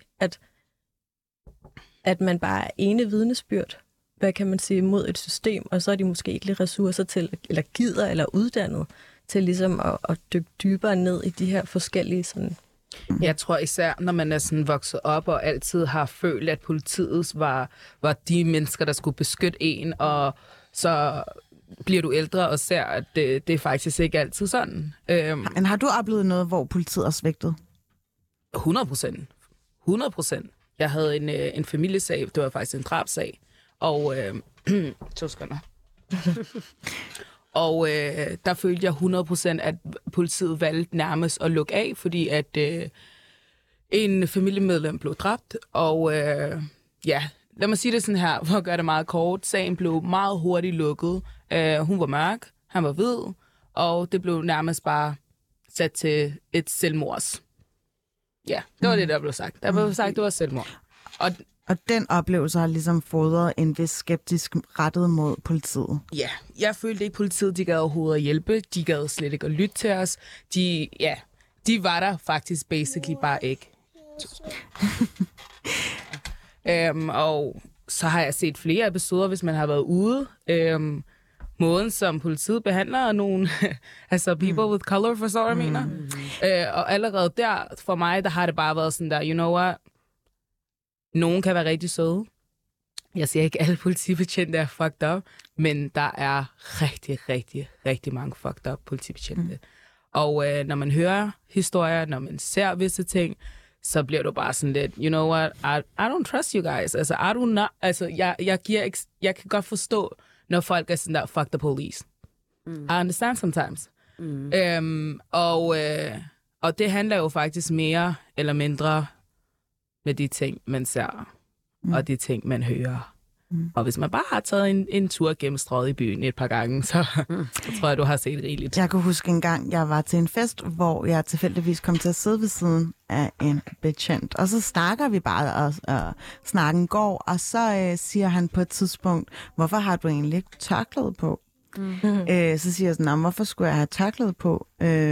at man bare er ene vidnesbyrd, hvad kan man sige, mod et system, og så er de måske ikke lige ressourcer til, eller gider, eller uddannet til ligesom at dykke dybere ned i de her forskellige sådan. Jeg tror især, når man er sådan vokset op og altid har følt, at politiet var de mennesker, der skulle beskytte en, og så bliver du ældre og ser, at det er faktisk ikke altid sådan. Men har du oplevet noget, hvor politiet er svigtet? 100%. 100%. Jeg havde en familiesag, det var faktisk en drabsag, og 2 sekunder. Og der følte jeg 100%, at politiet valgte nærmest at lukke af, fordi at en familiemedlem blev dræbt. Og lad mig sige det sådan her, for at gøre det meget kort. Sagen blev meget hurtigt lukket. Hun var mørk, han var hvid, og det blev nærmest bare sat til et selvmords. Ja, det var det, der blev sagt. Der blev sagt, det var selvmord. Og den oplevelse har ligesom fodret en vis skeptisk rettet mod politiet. Ja, jeg følte ikke, politiet de gad overhovedet at hjælpe. De gad slet ikke at lytte til os. De var der faktisk basically bare ikke. Og så har jeg set flere episoder, hvis man har været ude. Måden, som politiet behandler nogle, altså people with color, forstår jeg mener. Og allerede der, for mig, der har det bare været sådan der, you know what? Nogen kan være rigtig søde. Jeg siger ikke, at alle politibetjente er fucked up, men der er rigtig, rigtig, rigtig mange fucked up politibetjente. Og når man hører historier, når man ser visse ting, så bliver du bare sådan lidt, you know what, I don't trust you guys. Altså, jeg kan godt forstå, når folk er sådan der, fuck the police. I understand sometimes. Og det handler jo faktisk mere eller mindre med de ting, man ser, og de ting, man hører. Og hvis man bare har taget en tur gennem Strøget i byen et par gange, så tror jeg, du har set rigeligt. Jeg kan huske en gang, jeg var til en fest, hvor jeg tilfældigvis kom til at sidde ved siden af en betjent. Og så snakker vi bare, og snakken går, og så siger han på et tidspunkt, hvorfor har du egentlig ikke tørklæde på? Så siger jeg sådan, hvorfor skulle jeg have tørklæde på?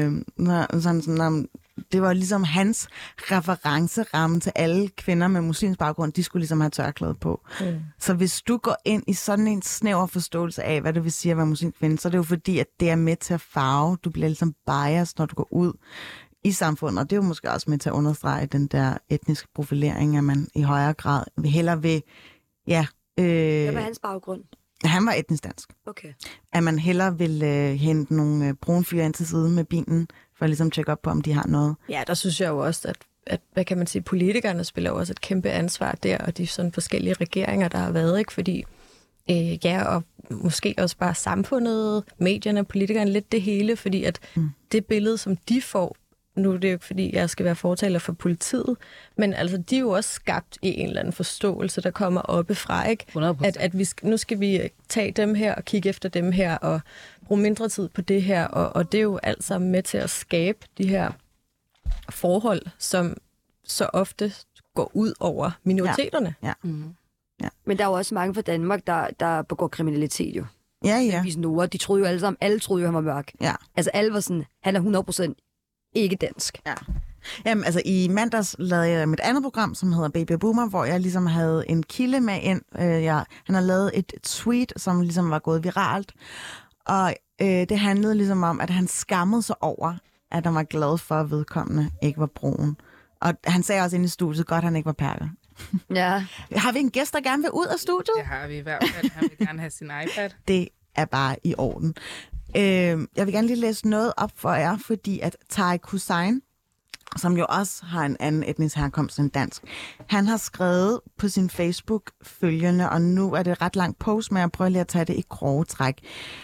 Det var ligesom hans referenceramme til alle kvinder med muslimsk baggrund, de skulle ligesom have tørklæde på. Så hvis du går ind i sådan en snæver forståelse af, hvad det vil sige at være muslimsk kvinde, så er det jo fordi, at det er med til at farve. Du bliver ligesom biased, når du går ud i samfundet, og det er jo måske også med til at understrege den der etniske profilering, at man i højere grad hellere vil, hvad var hans baggrund? Han var etnisk dansk. Okay. At man hellere vil hente nogle brune fyre ind til side med bilen, for at ligesom tjekke op på, om de har noget. Ja, der synes jeg jo også, at hvad kan man sige, politikerne spiller også et kæmpe ansvar der, og de sådan forskellige regeringer, der har været, ikke? Fordi og måske også bare samfundet, medierne, politikerne, lidt det hele, fordi at det billede, som de får, nu er det jo ikke, fordi jeg skal være fortaler for politiet, men altså, de er jo også skabt i en eller anden forståelse, der kommer oppefra, ikke? 100%. At nu skal vi tage dem her og kigge efter dem her, og bruge mindre tid på det her, og det er jo alt sammen med til at skabe de her forhold, som så ofte går ud over minoriteterne. Ja. Ja. Men der er jo også mange fra Danmark, der begår kriminalitet jo. Ja. Nora, de troede jo alle troede jo, han var mørk. Ja. Altså alle var sådan, han er 100% ikke dansk. Ja. Jamen, altså i mandags lavede jeg mit andet program, som hedder Baby Boomer, hvor jeg ligesom havde en kilde med ind. Han har lavet et tweet, som ligesom var gået viralt. Og det handlede ligesom om, at han skammede sig over, at han var glad for, at vedkommende ikke var brun. Og han sagde også inde i studiet, godt han ikke var perker. Ja. Har vi en gæst, der gerne vil ud af studiet? Det har vi i hvert fald. Han vil gerne have sin iPad. Det er bare i orden. Jeg vil gerne lige læse noget op for jer, fordi at Tariq Hussein, som jo også har en anden etnisk herkomst end dansk, han har skrevet på sin Facebook følgende, og nu er det ret langt post, men jeg prøver lige at tage det i grove træk.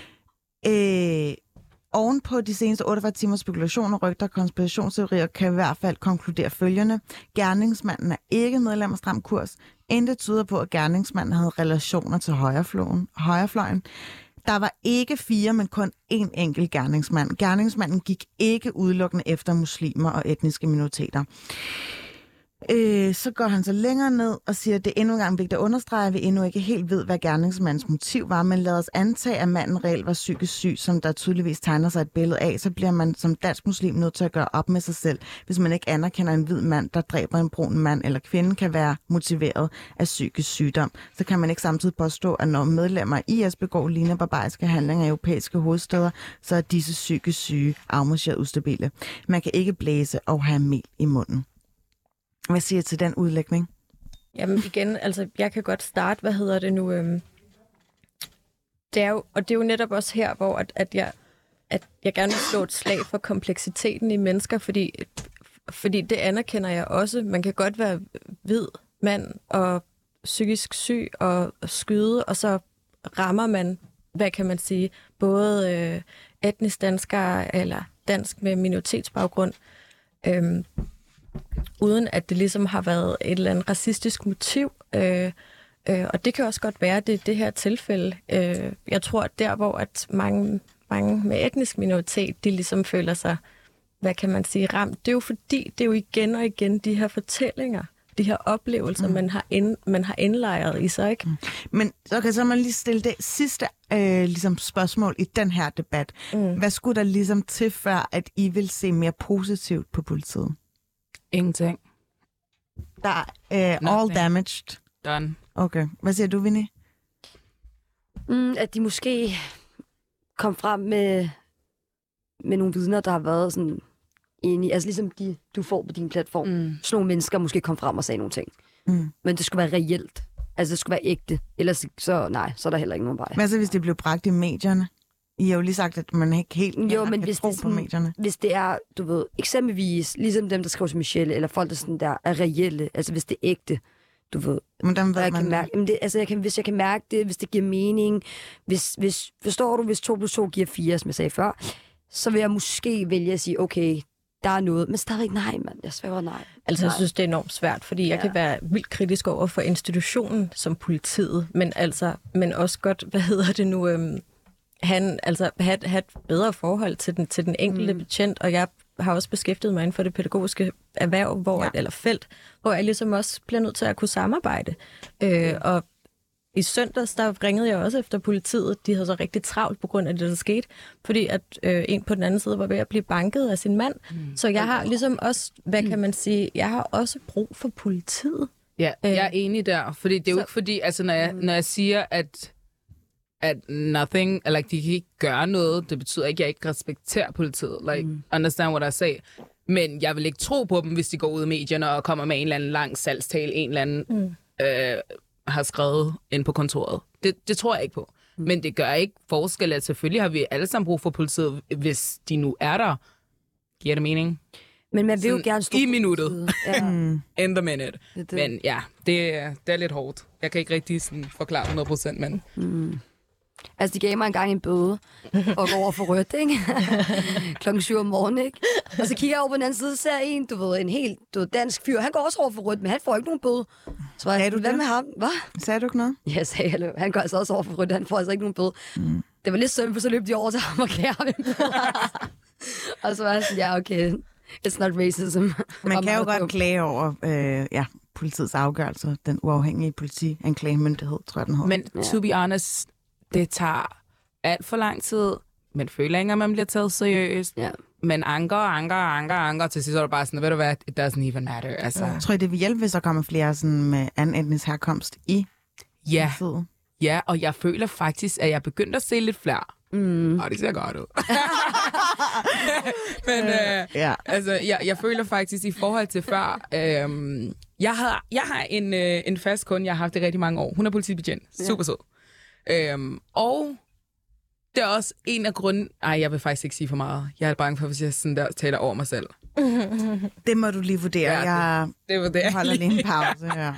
Oven på de seneste 48 timers spekulationer, rygter og konspirationsteorier kan i hvert fald konkludere følgende. Gerningsmanden er ikke medlem af Stram Kurs. Intet tyder på, at gerningsmanden havde relationer til højrefløjen. Der var ikke 4, men kun én enkelt gerningsmand. Gerningsmanden gik ikke udelukkende efter muslimer og etniske minoriteter. Så går han så længere ned og siger, at det endnu en gang vigtigt at understrege, at vi endnu ikke helt ved, hvad gerningsmandens motiv var, men lad os antage, at manden reelt var psykisk syg, som der tydeligvis tegner sig et billede af, så bliver man som dansk muslim nødt til at gøre op med sig selv, hvis man ikke anerkender en hvid mand, der dræber en brun mand eller kvinde, kan være motiveret af psykisk sygdom. Så kan man ikke samtidig påstå, at når medlemmer af IS begår lignende barbariske handlinger i europæiske hovedsteder, så er disse psykisk syge afmarcheret ustabile. Man kan ikke blæse og have mel i munden. Hvad siger jeg til den udlægning? Jamen igen, altså jeg kan godt starte, det er jo netop også her, hvor at jeg gerne vil slå et slag for kompleksiteten i mennesker, fordi det anerkender jeg også. Man kan godt være hvid mand og psykisk syg og skyde, og så rammer man, hvad kan man sige, både etnisk danskere eller dansk med minoritetsbaggrund, uden at det ligesom har været et eller andet racistisk motiv. Og det kan også godt være, det her tilfælde. Jeg tror, at der, hvor at mange med etnisk minoritet, de ligesom føler sig, hvad kan man sige, ramt, det er jo fordi, det er jo igen og igen de her fortællinger, de her oplevelser, man har indlejret i sig, ikke? Men okay, så må man lige stille det sidste ligesom spørgsmål i den her debat. Hvad skulle der ligesom til, før at I vil se mere positivt på politiet? Ingenting. Der er all damaged. Done. Okay. Hvad siger du, Vinnie? At de måske kom frem med nogle vidner, der har været sådan enige. Altså ligesom du får på din platform. Sådan nogle mennesker måske kom frem og sagde nogle ting. Men det skulle være reelt. Altså det skulle være ægte. Ellers så er der heller ikke nogen vej. Hvad så, hvis det blev bragt i medierne? I har jo lige sagt, at man ikke helt men kan tro på medierne. Hvis det er, du ved, eksempelvis, ligesom dem, der skriver til Michelle, eller folk, der sådan der er reelle, altså hvis det er ægte, du ved. Hvordan ved jeg man kan mærke, hvis jeg kan mærke det, hvis det giver mening, forstår du, hvis 2 + 2 giver 4, som jeg sagde før, så vil jeg måske vælge at sige, okay, der er noget, men stadigvæk nej, mand. Jeg sværger nej. Altså, jeg synes, det er enormt svært, fordi jeg kan være vildt kritisk over for institutionen som politiet, men også godt, have et bedre forhold til den enkelte betjent, og jeg har også beskæftiget mig inden for det pædagogiske erhverv, eller felt, hvor jeg ligesom også bliver nødt til at kunne samarbejde. Og i søndags, der ringede jeg også efter politiet. De havde så rigtig travlt på grund af det, der skete, fordi at en på den anden side var ved at blive banket af sin mand. Så jeg har ligesom også, hvad kan man sige, jeg har også brug for politiet. Ja, jeg er enig der, fordi det er jo ikke fordi, altså når jeg siger, at nothing, eller de kan ikke gøre noget, det betyder ikke, at jeg ikke respekterer politiet. Understand what I say. Men jeg vil ikke tro på dem, hvis de går ud i medierne og kommer med en eller anden lang salgstale, en eller anden har skrevet ind på kontoret. Det tror jeg ikke på. Men det gør ikke forskel, at selvfølgelig har vi alle sammen brug for politiet, hvis de nu er der. Giver det mening? Men man vil jo gerne stå i minuttet. Ja. In the minute. Det. Men ja, det er lidt hårdt. Jeg kan ikke rigtig sådan forklare 100%, men... Altså, de gav mig engang en bøde og går over for rødt, ikke? Klokken 7 om morgenen, ikke? Og så kigger jeg over på den anden side, og ser en helt dansk fyr. Han går også over for rødt, men han får ikke nogen bøde. Så var jeg, hvad med ham? Hvad? Sagde du ikke noget? Ja, sagde jeg. Han går altså også over for rødt, han får altså ikke nogen bøde. Det var lidt synd, for så løb de over til ham og gav ham en bøde. Og så var han sådan, ja, okay, it's not racism. Man kan jo godt klage over politiets afgørelse, den uafhængige politianklagemyndighed, tror jeg, den hedder. Men to be honest, det tager alt for lang tid. Man føler ikke, at man bliver taget seriøst. Ja. Men anker. Til sidst er det bare sådan, ved du hvad, it doesn't even matter. Altså. Jeg tror, det vil hjælpe, hvis der kommer flere sådan, med anden etnisk herkomst i politiet. Ja, og jeg føler faktisk, at jeg begyndte at se lidt flere. Og det ser godt ud. Men altså, jeg føler faktisk i forhold til før... jeg har en fast kunde, jeg har haft det rigtig mange år. Hun er politibetjent. Super sød. Og det er også en af grunden... Ej, jeg vil faktisk ikke sige for meget. Jeg er bange for, hvis jeg sådan der taler over mig selv. Det må du lige vurdere. Ja, det vurderer jeg holder lige en pause her.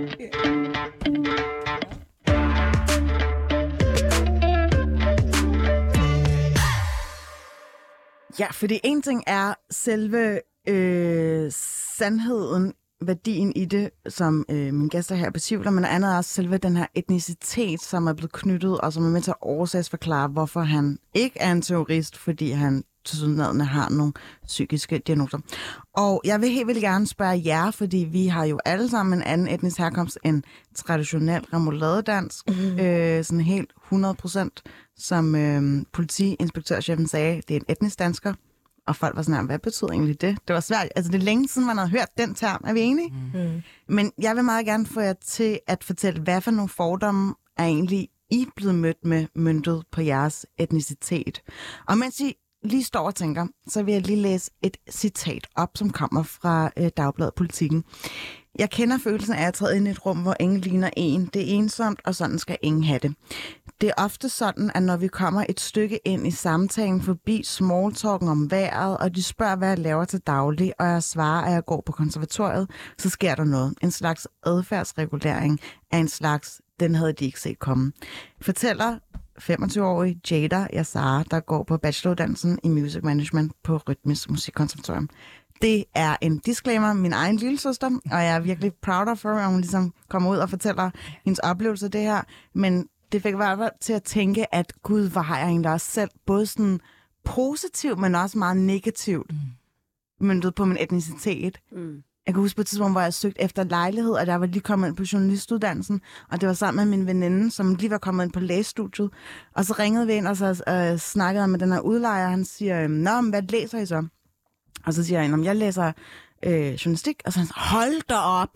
Ja, fordi en ting er selve sandheden, værdien i det, som mine gæster her betvivler, men andet er også selve den her etnicitet, som er blevet knyttet, og som er med til at årsagsforklare, hvorfor han ikke er en terrorist, fordi han tilsyneladende har nogle psykiske diagnoser. Og jeg vil helt vildt gerne spørge jer, fordi vi har jo alle sammen en anden etnisk herkomst end traditionel remouladedansk, sådan helt 100%, som politiinspektørchefen sagde, det er en etnisk dansker. Og folk var sådan her, hvad betyder egentlig det? Det var svært. Altså, det er længe siden, man havde hørt den term. Er vi enige? Men jeg vil meget gerne få jer til at fortælle, hvad for nogle fordomme er egentlig I blevet mødt med møntet på jeres etnicitet. Og mens I lige står og tænker, så vil jeg lige læse et citat op, som kommer fra Dagbladet Politikken. Jeg kender følelsen af at træde ind i et rum, hvor ingen ligner en. Det er ensomt, og sådan skal ingen have det. Det er ofte sådan, at når vi kommer et stykke ind i samtalen forbi smalltalken om vejret, og de spørger, hvad jeg laver til daglig, og jeg svarer, at jeg går på konservatoriet, så sker der noget. En slags adfærdsregulering af en slags, den havde de ikke set komme. Fortæller 25-årige Jada Yassar, der går på bacheloruddannelsen i Music Management på Rytmisk Musikkonservatorium. Det er en disclaimer, min egen lillesøster, og jeg er virkelig proud of her, at hun ligesom kommer ud og fortæller hendes oplevelse af det her. Men det fik i hvert fald til at tænke, at gud, hvor har jeg egentlig også selv både sådan positivt, men også meget negativt møntet på min etnicitet. Jeg kan huske på et tidspunkt, hvor jeg søgte efter lejlighed, og jeg var lige kommet ind på journalistuddannelsen, og det var sammen med min veninde, som lige var kommet ind på lægestudiet. Og så ringede vi ind, og så snakkede med den her udlejer, og han siger, nå, men hvad læser I så? Og så siger jeg, jeg læser journalistik, og så han siger, hold da op!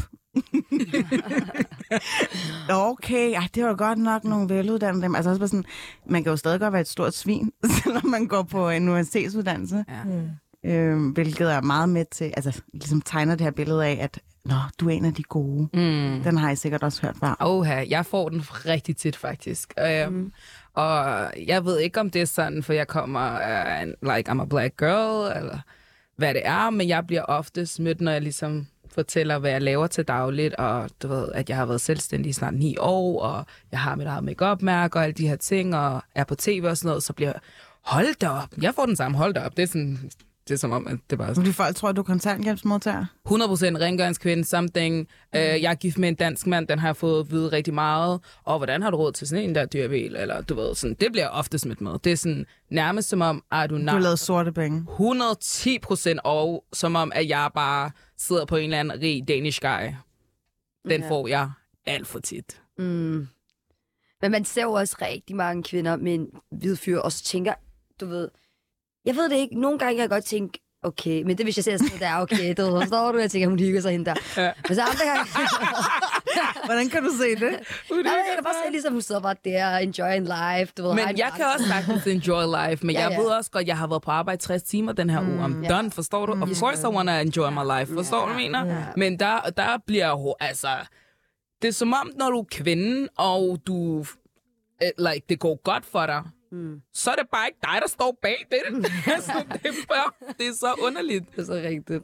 Okay, det var godt nok nogle veluddannede dem. Altså også bare sådan, man kan jo stadig godt være et stort svin, selvom man går på en universitetsuddannelse. Ja. Hvilket er meget med til, altså ligesom tegner det her billede af, at du er en af de gode. Den har jeg sikkert også hørt før. Jeg får den rigtig tit faktisk. Og jeg ved ikke, om det er sådan, for jeg kommer, like I'm a black girl, eller hvad det er, men jeg bliver oftest mødt, når jeg ligesom fortæller, hvad jeg laver til dagligt, og du ved, at jeg har været selvstændig i snart 9 år, og jeg har mit eget make-up-mærke og alle de her ting, og er på tv og sådan noget, så bliver hold da op. Jeg får den samme hold da op. Det er sådan... Det er som om, at det bare... Fordi folk tror, at du er kontanthjælpsmodtager? 100% rengøringskvinde, something. Jeg er gift med en dansk mand, den har jeg fået at vide rigtig meget. Og hvordan har du råd til sådan en der dyrbil? Eller du ved, sådan, det bliver jeg ofte smidt med. Det er sådan nærmest som om, at du har lavet sorte penge. 110%, og som om, at jeg bare sidder på en eller anden rig danish guy. Den får jeg alt for tit. Men man ser jo også rigtig mange kvinder med en hvid fyr, og så tænker, du ved... Jeg ved det ikke. Nogle gange kan jeg godt tænke, okay, men det hvis jeg ser sådan, der er okay, du forstår du, jeg tænker, hun hygger sig hende der. Ja. Men så andre gange... Hvordan kan du se det? Jeg kan bare se, ligesom hun sidder bare der, enjoying life. Du ved, men jeg kan også sagtens enjoy life, men jeg ved også godt, jeg har været på arbejde 60 timer den her uge. I'm done, forstår du? Of course I wanna enjoy my life, forstår du, mener? Men der bliver altså... Det er som om, når du er kvinde, og du... det går godt for dig, så er det bare ikke dig, der står bag det. Altså, det er så underligt. Det er så rigtigt.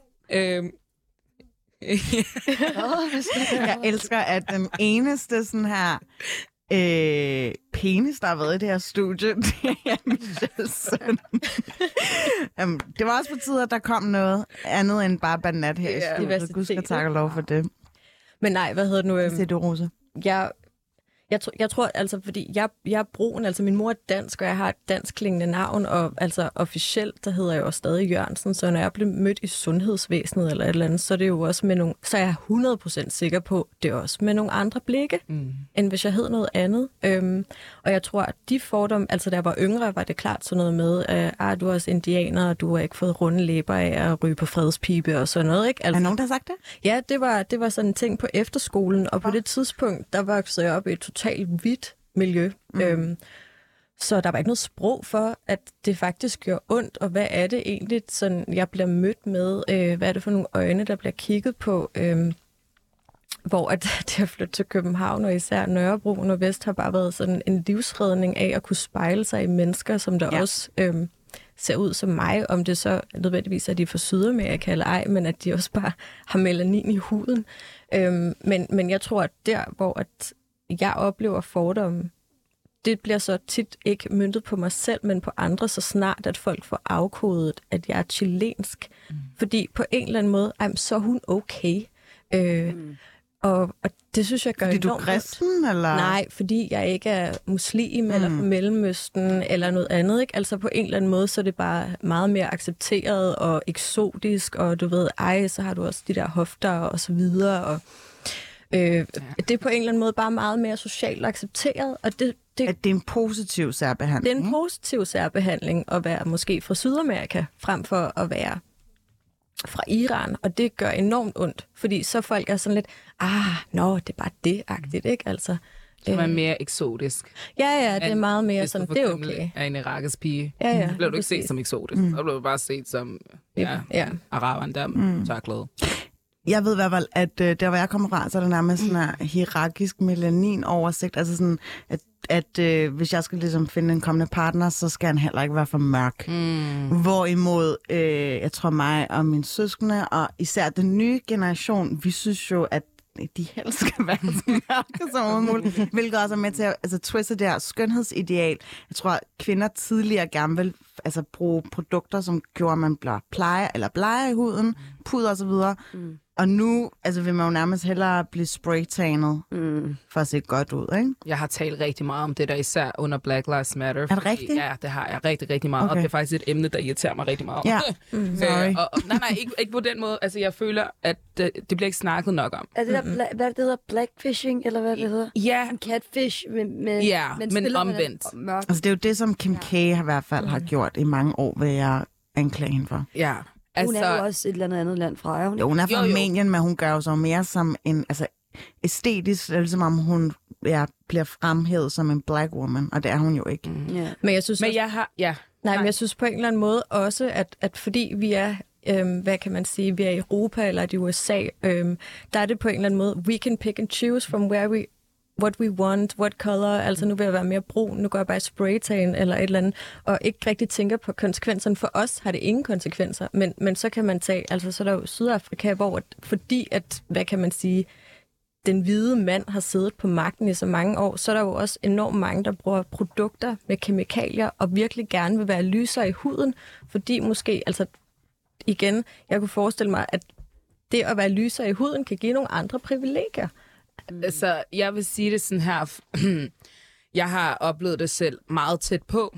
Jeg elsker, at den eneste sådan her penis, der har været i det her studie, det er Michelles søn. Det var også på tide, at der kom noget andet end bare banat her i studiet. Gud skal takke lov for det. Men nej, hvad hedder det nu? Hvad siger du, Rosa? Jeg tror altså, fordi jeg er brun, altså min mor er dansk, og jeg har et danskklingende navn, og altså officielt, der hedder jeg jo stadig Jørgensen, så når jeg blev mødt i sundhedsvæsenet eller et eller andet, så er det jo også med nogle, så er jeg 100% sikker på, det er også med nogle andre blikke, end hvis jeg hed noget andet. Og jeg tror, at de fordomme, altså da jeg var yngre, var det klart sådan noget med, du er også indianer, og du har ikke fået runde læber af at ryge på fredspibe og sådan noget, ikke? Altså, er nogen, der har sagt det? Ja, det var sådan en ting på efterskolen, og på det tidspunkt, der voksede jeg op i et totalt hvidt miljø. Så der var ikke noget sprog for, at det faktisk gjorde ondt, og hvad er det egentlig, sådan jeg bliver mødt med? Hvad er det for nogle øjne, der bliver kigget på? Hvor at det at flytte til København, og især Nørrebro og Vest, har bare været sådan en livsredning af at kunne spejle sig i mennesker, som der også ser ud som mig, om det så nødvendigvis er de fra Sydamerika eller ej, men at de også bare har melanin i huden. Men jeg tror, at der, hvor at jeg oplever fordomme, det bliver så tit ikke møntet på mig selv, men på andre, så snart at folk får afkodet, at jeg er chilensk. Fordi på en eller anden måde, så er hun okay. Og det synes jeg gør fordi enormt. Fordi du er kristen, eller? Nej, fordi jeg ikke er muslim, eller fra Mellemøsten, eller noget andet. Ikke? Altså på en eller anden måde, så er det bare meget mere accepteret og eksotisk, og du ved, så har du også de der hofter og så videre, og det er på en eller anden måde bare meget mere socialt accepteret, og at det er en positiv særbehandling. Det er en positiv særbehandling at være måske fra Sydamerika, frem for at være fra Iran, og det gør enormt ondt, fordi så folk er sådan lidt, det er bare det-agtigt, ikke? Altså, det er mere eksotisk. Ja, det er meget mere sådan, det er okay. Er en irakisk pige, så bliver du ikke set som eksotisk. Så bliver du bare set som araberen der tørklæde. Jeg ved i hvert fald, at der hvor jeg kommer fra, så er der nærmest sådan en hierarkisk melanin-oversigt. Altså sådan, at hvis jeg skal ligesom finde en kommende partner, så skal han heller ikke være for mørk. Hvorimod, jeg tror mig og mine søskende, og især den nye generation, vi synes jo, at de helst skal være så mørke som muligt, hvilket også er med til at twiste det her skønhedsideal. Jeg tror, at kvinder tidligere gerne vil bruge produkter, som gjorde, at man bliver bleger i huden, puder og så videre. Og nu vil man jo nærmest hellere blive spraytanet for at se godt ud, ikke? Jeg har talt rigtig meget om det der, især under Black Lives Matter. Er det rigtigt? Ja, det har jeg rigtig, rigtig meget. Okay. Og det er faktisk et emne, der irriterer mig rigtig meget. Ja, sorry. Nej, ikke på den måde. Altså, jeg føler, at det bliver ikke snakket nok om. Er det der, hvad det hedder? Blackfishing, eller hvad det hedder? Ja. En catfish med men omvendt. Altså, det er jo det, som Kim K. i hvert fald har gjort i mange år, vil jeg anklage hende for. Ja. Hun er jo også et eller andet land fra, hun? Jo, hun er fra Armenien, men hun gør jo så mere som en, æstetisk, som om hun bliver fremhævet som en black woman, og det er hun jo ikke. Men jeg synes men jeg synes på en eller anden måde også, at fordi vi er, hvad kan man sige, vi er i Europa eller i USA, der er det på en eller anden måde, we can pick and choose from what we want, what color, altså nu vil jeg være mere brun, nu går jeg bare i spraytan eller et eller andet, og ikke rigtig tænker på konsekvenserne. For os har det ingen konsekvenser, men så kan man tage, så er der jo Sydafrika, hvor fordi at, hvad kan man sige, den hvide mand har siddet på magten i så mange år, så er der jo også enormt mange, der bruger produkter med kemikalier, og virkelig gerne vil være lysere i huden, fordi måske, igen, jeg kunne forestille mig, at det at være lysere i huden kan give nogle andre privilegier. Altså, jeg vil sige det sådan her. Jeg har oplevet det selv meget tæt på.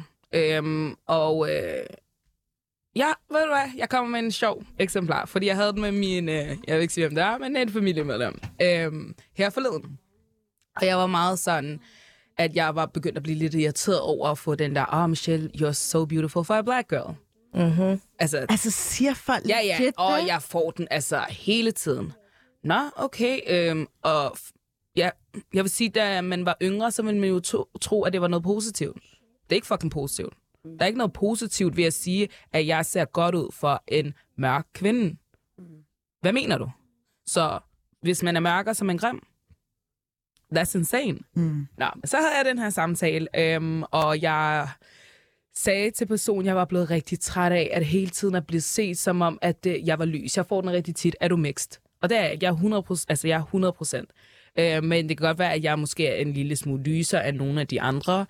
Ved du hvad? Jeg kommer med en sjov eksemplar, fordi jeg havde den med min, jeg vil ikke sige, hvem det er, men et familiemedlem, her forleden. Og jeg var meget sådan, at jeg var begyndt at blive lidt irriteret over at få den der, Michelle, you're so beautiful for a black girl. Altså siger folk ja, og jeg får den hele tiden. Nå, okay. Og jeg vil sige, da man var yngre, så ville man jo tro, at det var noget positivt. Det er ikke fucking positivt. Der er ikke noget positivt ved at sige, at jeg ser godt ud for en mørk kvinde. Hvad mener du? Så hvis man er mørkere som en grim, that's insane. Nå, så havde jeg den her samtale, og jeg sagde til personen, jeg var blevet rigtig træt af, at hele tiden er blevet set som om, at jeg var lys. Jeg får den rigtig tit. Er du mixed? Og det er jeg. Jeg er 100%. Men det kan godt være, at jeg måske er en lille smule lyser af nogle af de andre.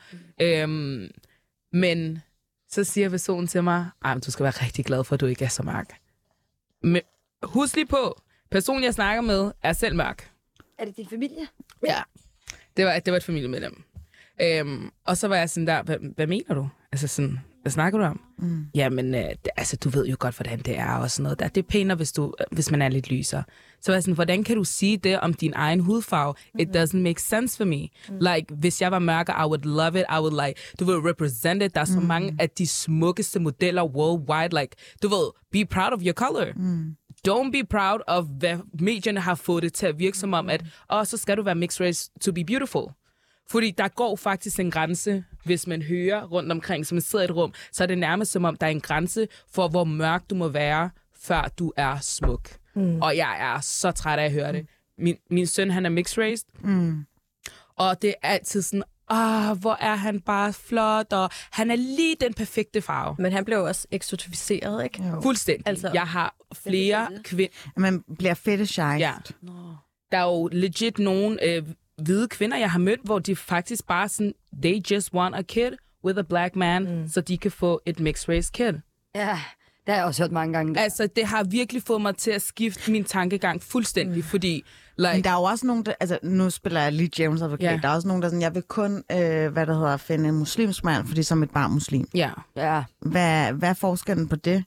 Men så siger personen til mig, du skal være rigtig glad for, at du ikke er så mørk. Men husk lige på, personen, jeg snakker med, er selv mørk. Er det din familie? Ja, det var et familiemedlem. Og så var jeg sådan der, hvad mener du? Altså sådan, hvad snakker du om? Jamen, altså, du ved jo godt, hvordan det er og sådan noget. Det er pænere, hvis man er lidt lyser. Så var jeg sådan, hvordan kan du sige det om din egen hudfarve? It doesn't make sense for me. Like, hvis jeg var mørker, I would love it. I would like, du ved, represent it. Der er så mange af de smukkeste modeller worldwide. Like, du ved, be proud of your color. Don't be proud of, hvad medierne har fået det til at virke som om, at så skal du være mixed race to be beautiful. Fordi der går faktisk en grænse, hvis man hører rundt omkring, som man sidder i et rum, så er det nærmest som om, der er en grænse for, hvor mørk du må være, før du er smuk. Og jeg er så træt af at høre det. Min søn, han er mixed race, og det er altid sådan, hvor er han bare flot, og han er lige den perfekte farve. Men han blev også eksotificeret, ikke? Jo. Fuldstændig. Altså, jeg har flere kvinder. Man bliver fetishized. Ja. Der er jo legit nogle hvide kvinder, jeg har mødt, hvor de faktisk bare sådan, they just want a kid with a black man, så de kan få et mixed race kid. Ja, det har jeg også hørt mange gange. Altså, det har virkelig fået mig til at skifte min tankegang fuldstændig, fordi... Like, men der er jo også nogen, der... Altså, nu spiller jeg lige James Advocate. Yeah. Der er også nogen, der sådan, jeg vil kun, finde en muslimsk mand, fordi som et barn muslim. Ja. Hvad er forskellen på det?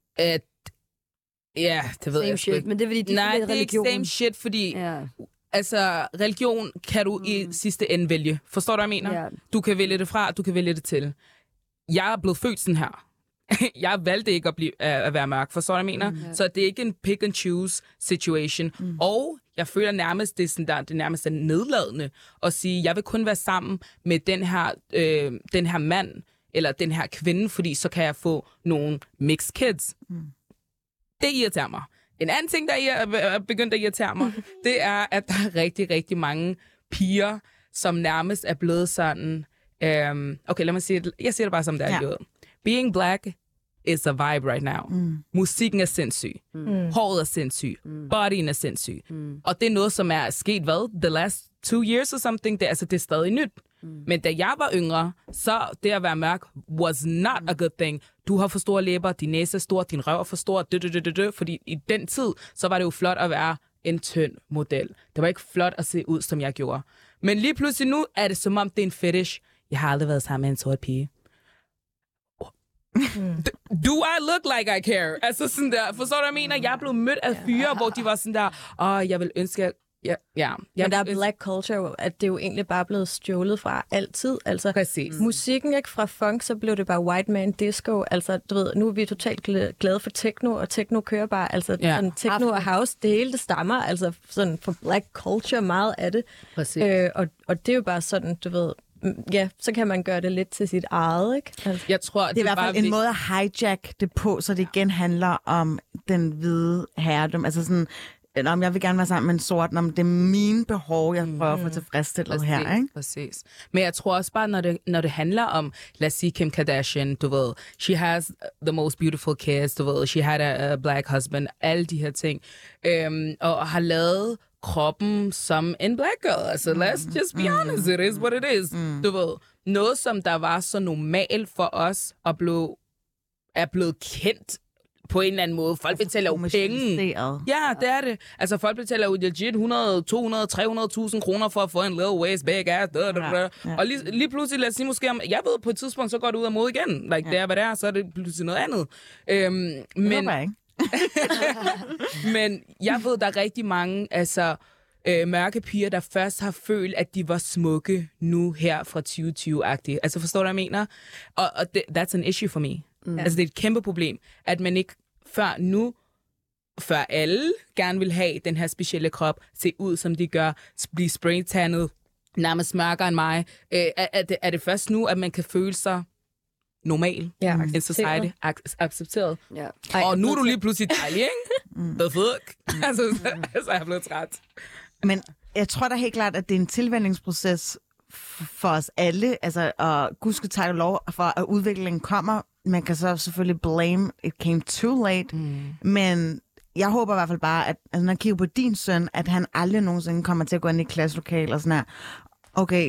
Ja, det ved jeg shit, men det er fordi, nej, det er ikke same shit, fordi... Altså, religion kan du i sidste ende vælge. Forstår du, hvad jeg mener? Yeah. Du kan vælge det fra, du kan vælge det til. Jeg er blevet født sådan her. Jeg valgte ikke at være mørk. Forstår du, hvad jeg mener? Så det er ikke en pick and choose situation. Og jeg føler nærmest, det er nærmest nedladende at sige, jeg vil kun være sammen med den her mand, eller den her kvinde, fordi så kan jeg få nogle mixed kids. Det irriterer mig. En anden ting, der er begyndt at irritere mig, det er, at der er rigtig, rigtig mange piger, som nærmest er blevet sådan... okay, lad mig sige det. Jeg siger det bare som det er. Ja. Being black is a vibe right now. Musikken er sindssyg. Håret er sindssyg. Bodyen er sindssyg. Og det er noget, som er sket, the last 2 years or something. Det er stadig nyt. Men da jeg var yngre, så det at være mørk was not a good thing. Du har for store læber, din næse er stor, din røv er for stor, fordi i den tid, så var det jo flot at være en tynd model. Det var ikke flot at se ud, som jeg gjorde. Men lige pludselig nu er det som om, det er en fetish. Jeg har aldrig været sammen med en sort pige. Do I look like I care? Altså sådan der, forstår du, hvad jeg mener? Jeg er blevet mødt af fyre, hvor de var sådan der, jeg vil ønske, men der er black culture, at det er jo egentlig bare blevet stjålet fra altid. Altså, præcis. Musikken, ikke? Fra funk, så blev det bare white man disco. Altså, du ved, nu er vi totalt glade for techno, og techno kører bare. Altså, sådan, techno og house, det hele det stammer altså sådan fra black culture, meget af det. Præcis. Og det er jo bare sådan, du ved, så kan man gøre det lidt til sit eget, ikke? Altså. Jeg tror, det er i hvert fald en måde at hijack det på, så det igen handler om den hvide herredom. Altså sådan, jeg vil gerne være sammen med en sort, det er mine behov, jeg prøver at få tilfredsstillet her, ikke? Præcis. Men jeg tror også bare, når det handler om, lad os sige Kim Kardashian, du ved, she has the most beautiful kids, du ved, she had a black husband, alle de her ting, og har lavet kroppen som en black girl. Altså, let's just be honest, it is what it is. Du ved, noget som der var så normalt for os, og er blevet kendt på en eller anden måde. Folk betaler jo penge. Ja, det er det. Altså, folk betaler jo legit 100, 200, 300.000 kroner for at få en little waist, big ass, Og lige pludselig, lad os sige måske, jeg ved, på et tidspunkt, så går det ud af mode igen. Like, det er, hvad det er, så er det pludselig noget andet. Men jeg ved, der er rigtig mange mørke piger, der først har følt, at de var smukke nu her fra 2020-agtigt. Altså, forstår du, hvad jeg mener? Og that's an issue for me. Altså, det er et kæmpe problem, at man ikke før alle gerne vil have den her specielle krop, se ud, som de gør, blive spraytannet, nærmest mørkere end mig. Er det først nu, at man kan føle sig normal in society, accepteret? Og nu er du lige pludselig dejlig, ikke? The fuck? Altså, jeg er blevet træt. Men jeg tror da helt klart, at det er en tilvændingsproces for os alle, altså, og Gud skal tage lov for, at udviklingen kommer. Man kan så selvfølgelig blame, it came too late, men jeg håber i hvert fald bare, at altså, når jeg kigger på din søn, at han aldrig nogensinde kommer til at gå ind i klasselokal og sådan her. Okay,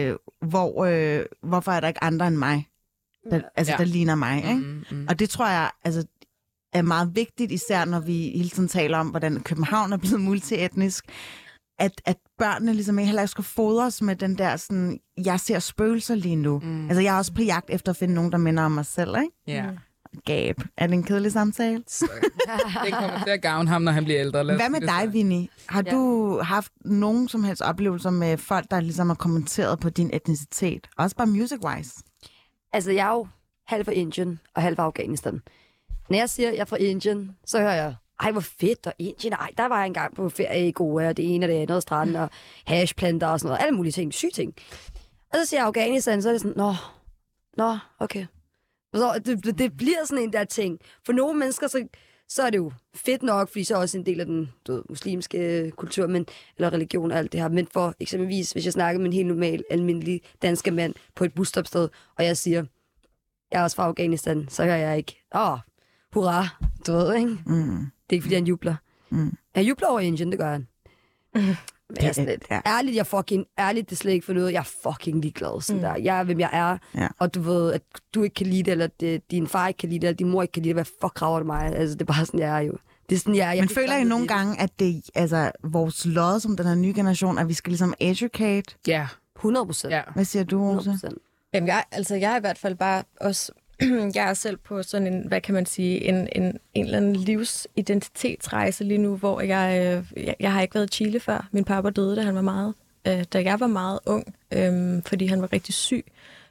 hvorfor er der ikke andre end mig, der ligner mig, ikke? Og det tror jeg altså, er meget vigtigt, især når vi hele tiden taler om, hvordan København er blevet multietnisk, at børnene ligesom heller ikke skal fodres med den der sådan, jeg ser spøgelser lige nu. Altså, jeg er også på jagt efter at finde nogen, der minder om mig selv, ikke? Ja. Gab. Er det en kedelig samtale? Det kommer til at gavne ham, når han bliver ældre. Hvad med dig, Vinnie? Har du haft nogen som helst oplevelser med folk, der ligesom har kommenteret på din etnicitet? Også bare music-wise? Altså, jeg er jo halv fra Indien og halv fra Afghanistan. Når jeg siger, at jeg er fra Indien, så hører jeg, ej, hvor fedt, og Indien, ej, der var jeg engang på ferie i Goa, og det ene og det andet, strand og hashplanter og sådan noget, alle mulige ting, syge ting. Og så siger jeg Afghanistan, så er det sådan, nå, okay. Så det bliver sådan en der ting. For nogle mennesker, så er det jo fedt nok, fordi så er også en del af den muslimske kultur, eller religion og alt det her. Men for eksempelvis, hvis jeg snakker med en helt normal, almindelig dansk mand på et busstopsted, og jeg siger, jeg er også fra Afghanistan, så hører jeg ikke, hurra, du ved, ikke? Det er ikke, fordi han jubler. Han jubler over Indien, det gør han. Men jeg er sådan lidt, ærligt, det er slet ikke for noget. Jeg er fucking ligeglad. Sådan der. Jeg er, hvem jeg er. Ja. Og du ved, at du ikke kan lide det, eller din far ikke kan lide det, eller din mor ikke kan lide det. Hvad fuck kraver det mig? Altså, det er bare sådan, jeg er jo. Det er sådan, jeg Men føler I nogle gange, at det altså vores lod som den her nye generation, at vi skal ligesom educate? Ja. 100%. Ja. Hvad siger du, Rosa? 100%. Jamen, jeg er i hvert fald bare også... Jeg er selv på sådan en, hvad kan man sige, en eller anden livsidentitetsrejse lige nu, hvor jeg har ikke været i Chile før. Min pappa døde, da jeg var meget ung, fordi han var rigtig syg,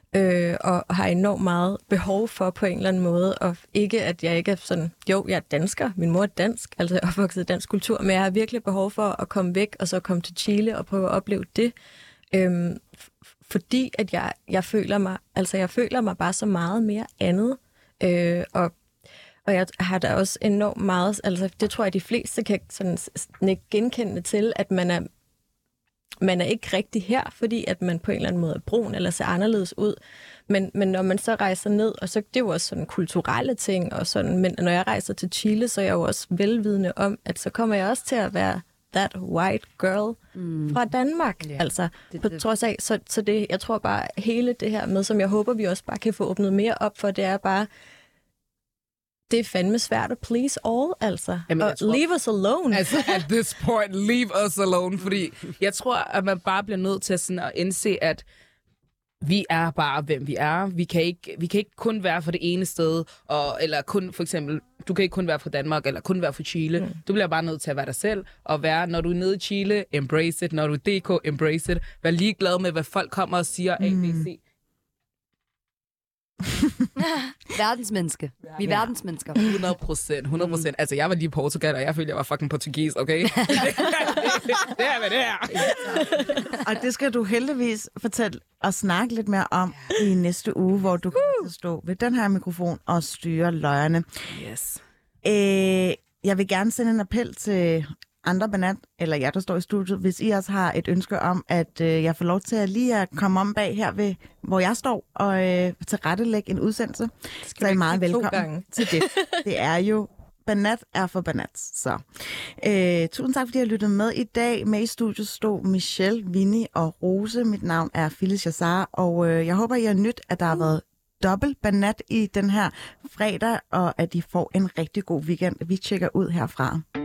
og har enormt meget behov for på en eller anden måde, og ikke at jeg ikke er sådan, jo, jeg er dansker, min mor er dansk, altså jeg er opvokset i dansk kultur, men jeg har virkelig behov for at komme væk, og så komme til Chile og prøve at opleve det. Fordi at jeg føler mig bare så meget mere andet, og jeg har da også enormt meget, altså det tror jeg de fleste kan sådan genkende til, at man er ikke rigtig her, fordi at man på en eller anden måde er brun eller ser anderledes ud, men når man så rejser ned, og så det er jo også sådan kulturelle ting og sådan, men når jeg rejser til Chile, så er jeg jo også velvidende om, at så kommer jeg også til at være that white girl fra Danmark, altså på trods af, så det, jeg tror bare hele det her med, som jeg håber, vi også bare kan få åbnet mere op for, det er bare, det er fandme svært at please all, altså. Jamen, og leave us alone. Altså, at this point, leave us alone, fordi jeg tror, at man bare bliver nødt til sådan at indse, at vi er bare, hvem vi er. Vi kan ikke kun være fra det ene sted, eller kun, for eksempel, du kan ikke kun være fra Danmark, eller kun være fra Chile. Du bliver bare nødt til at være dig selv, og være, når du er nede i Chile, embrace it. Når du er DK, embrace it. Vær ligeglad med, hvad folk kommer og siger, ABC. Verdensmenneske. Vi er verdensmennesker. 100%. Altså, jeg var lige i Portugal, og jeg følte, jeg var fucking portugis, okay? det er, hvad det er. Og det skal du heldigvis fortælle og snakke lidt mere om i næste uge, hvor du kan stå ved den her mikrofon og styre løjerne. Yes. Jeg vil gerne sende en appel til andre Banat, eller jer, der står i studiet, hvis I også har et ønske om, at jeg får lov til at lige at komme om bag her, ved, hvor jeg står, og tilrettelægge en udsendelse. Så er I meget velkommen til det. Det er jo Banat er for Banat. Så tusind tak, fordi I har lyttet med i dag. Med i studiet stod Michelle, Vinnie og Rose. Mit navn er Phyllis Jassar, og jeg håber, I har nydt, at der har været dobbelt Banat i den her fredag, og at I får en rigtig god weekend. Vi tjekker ud herfra.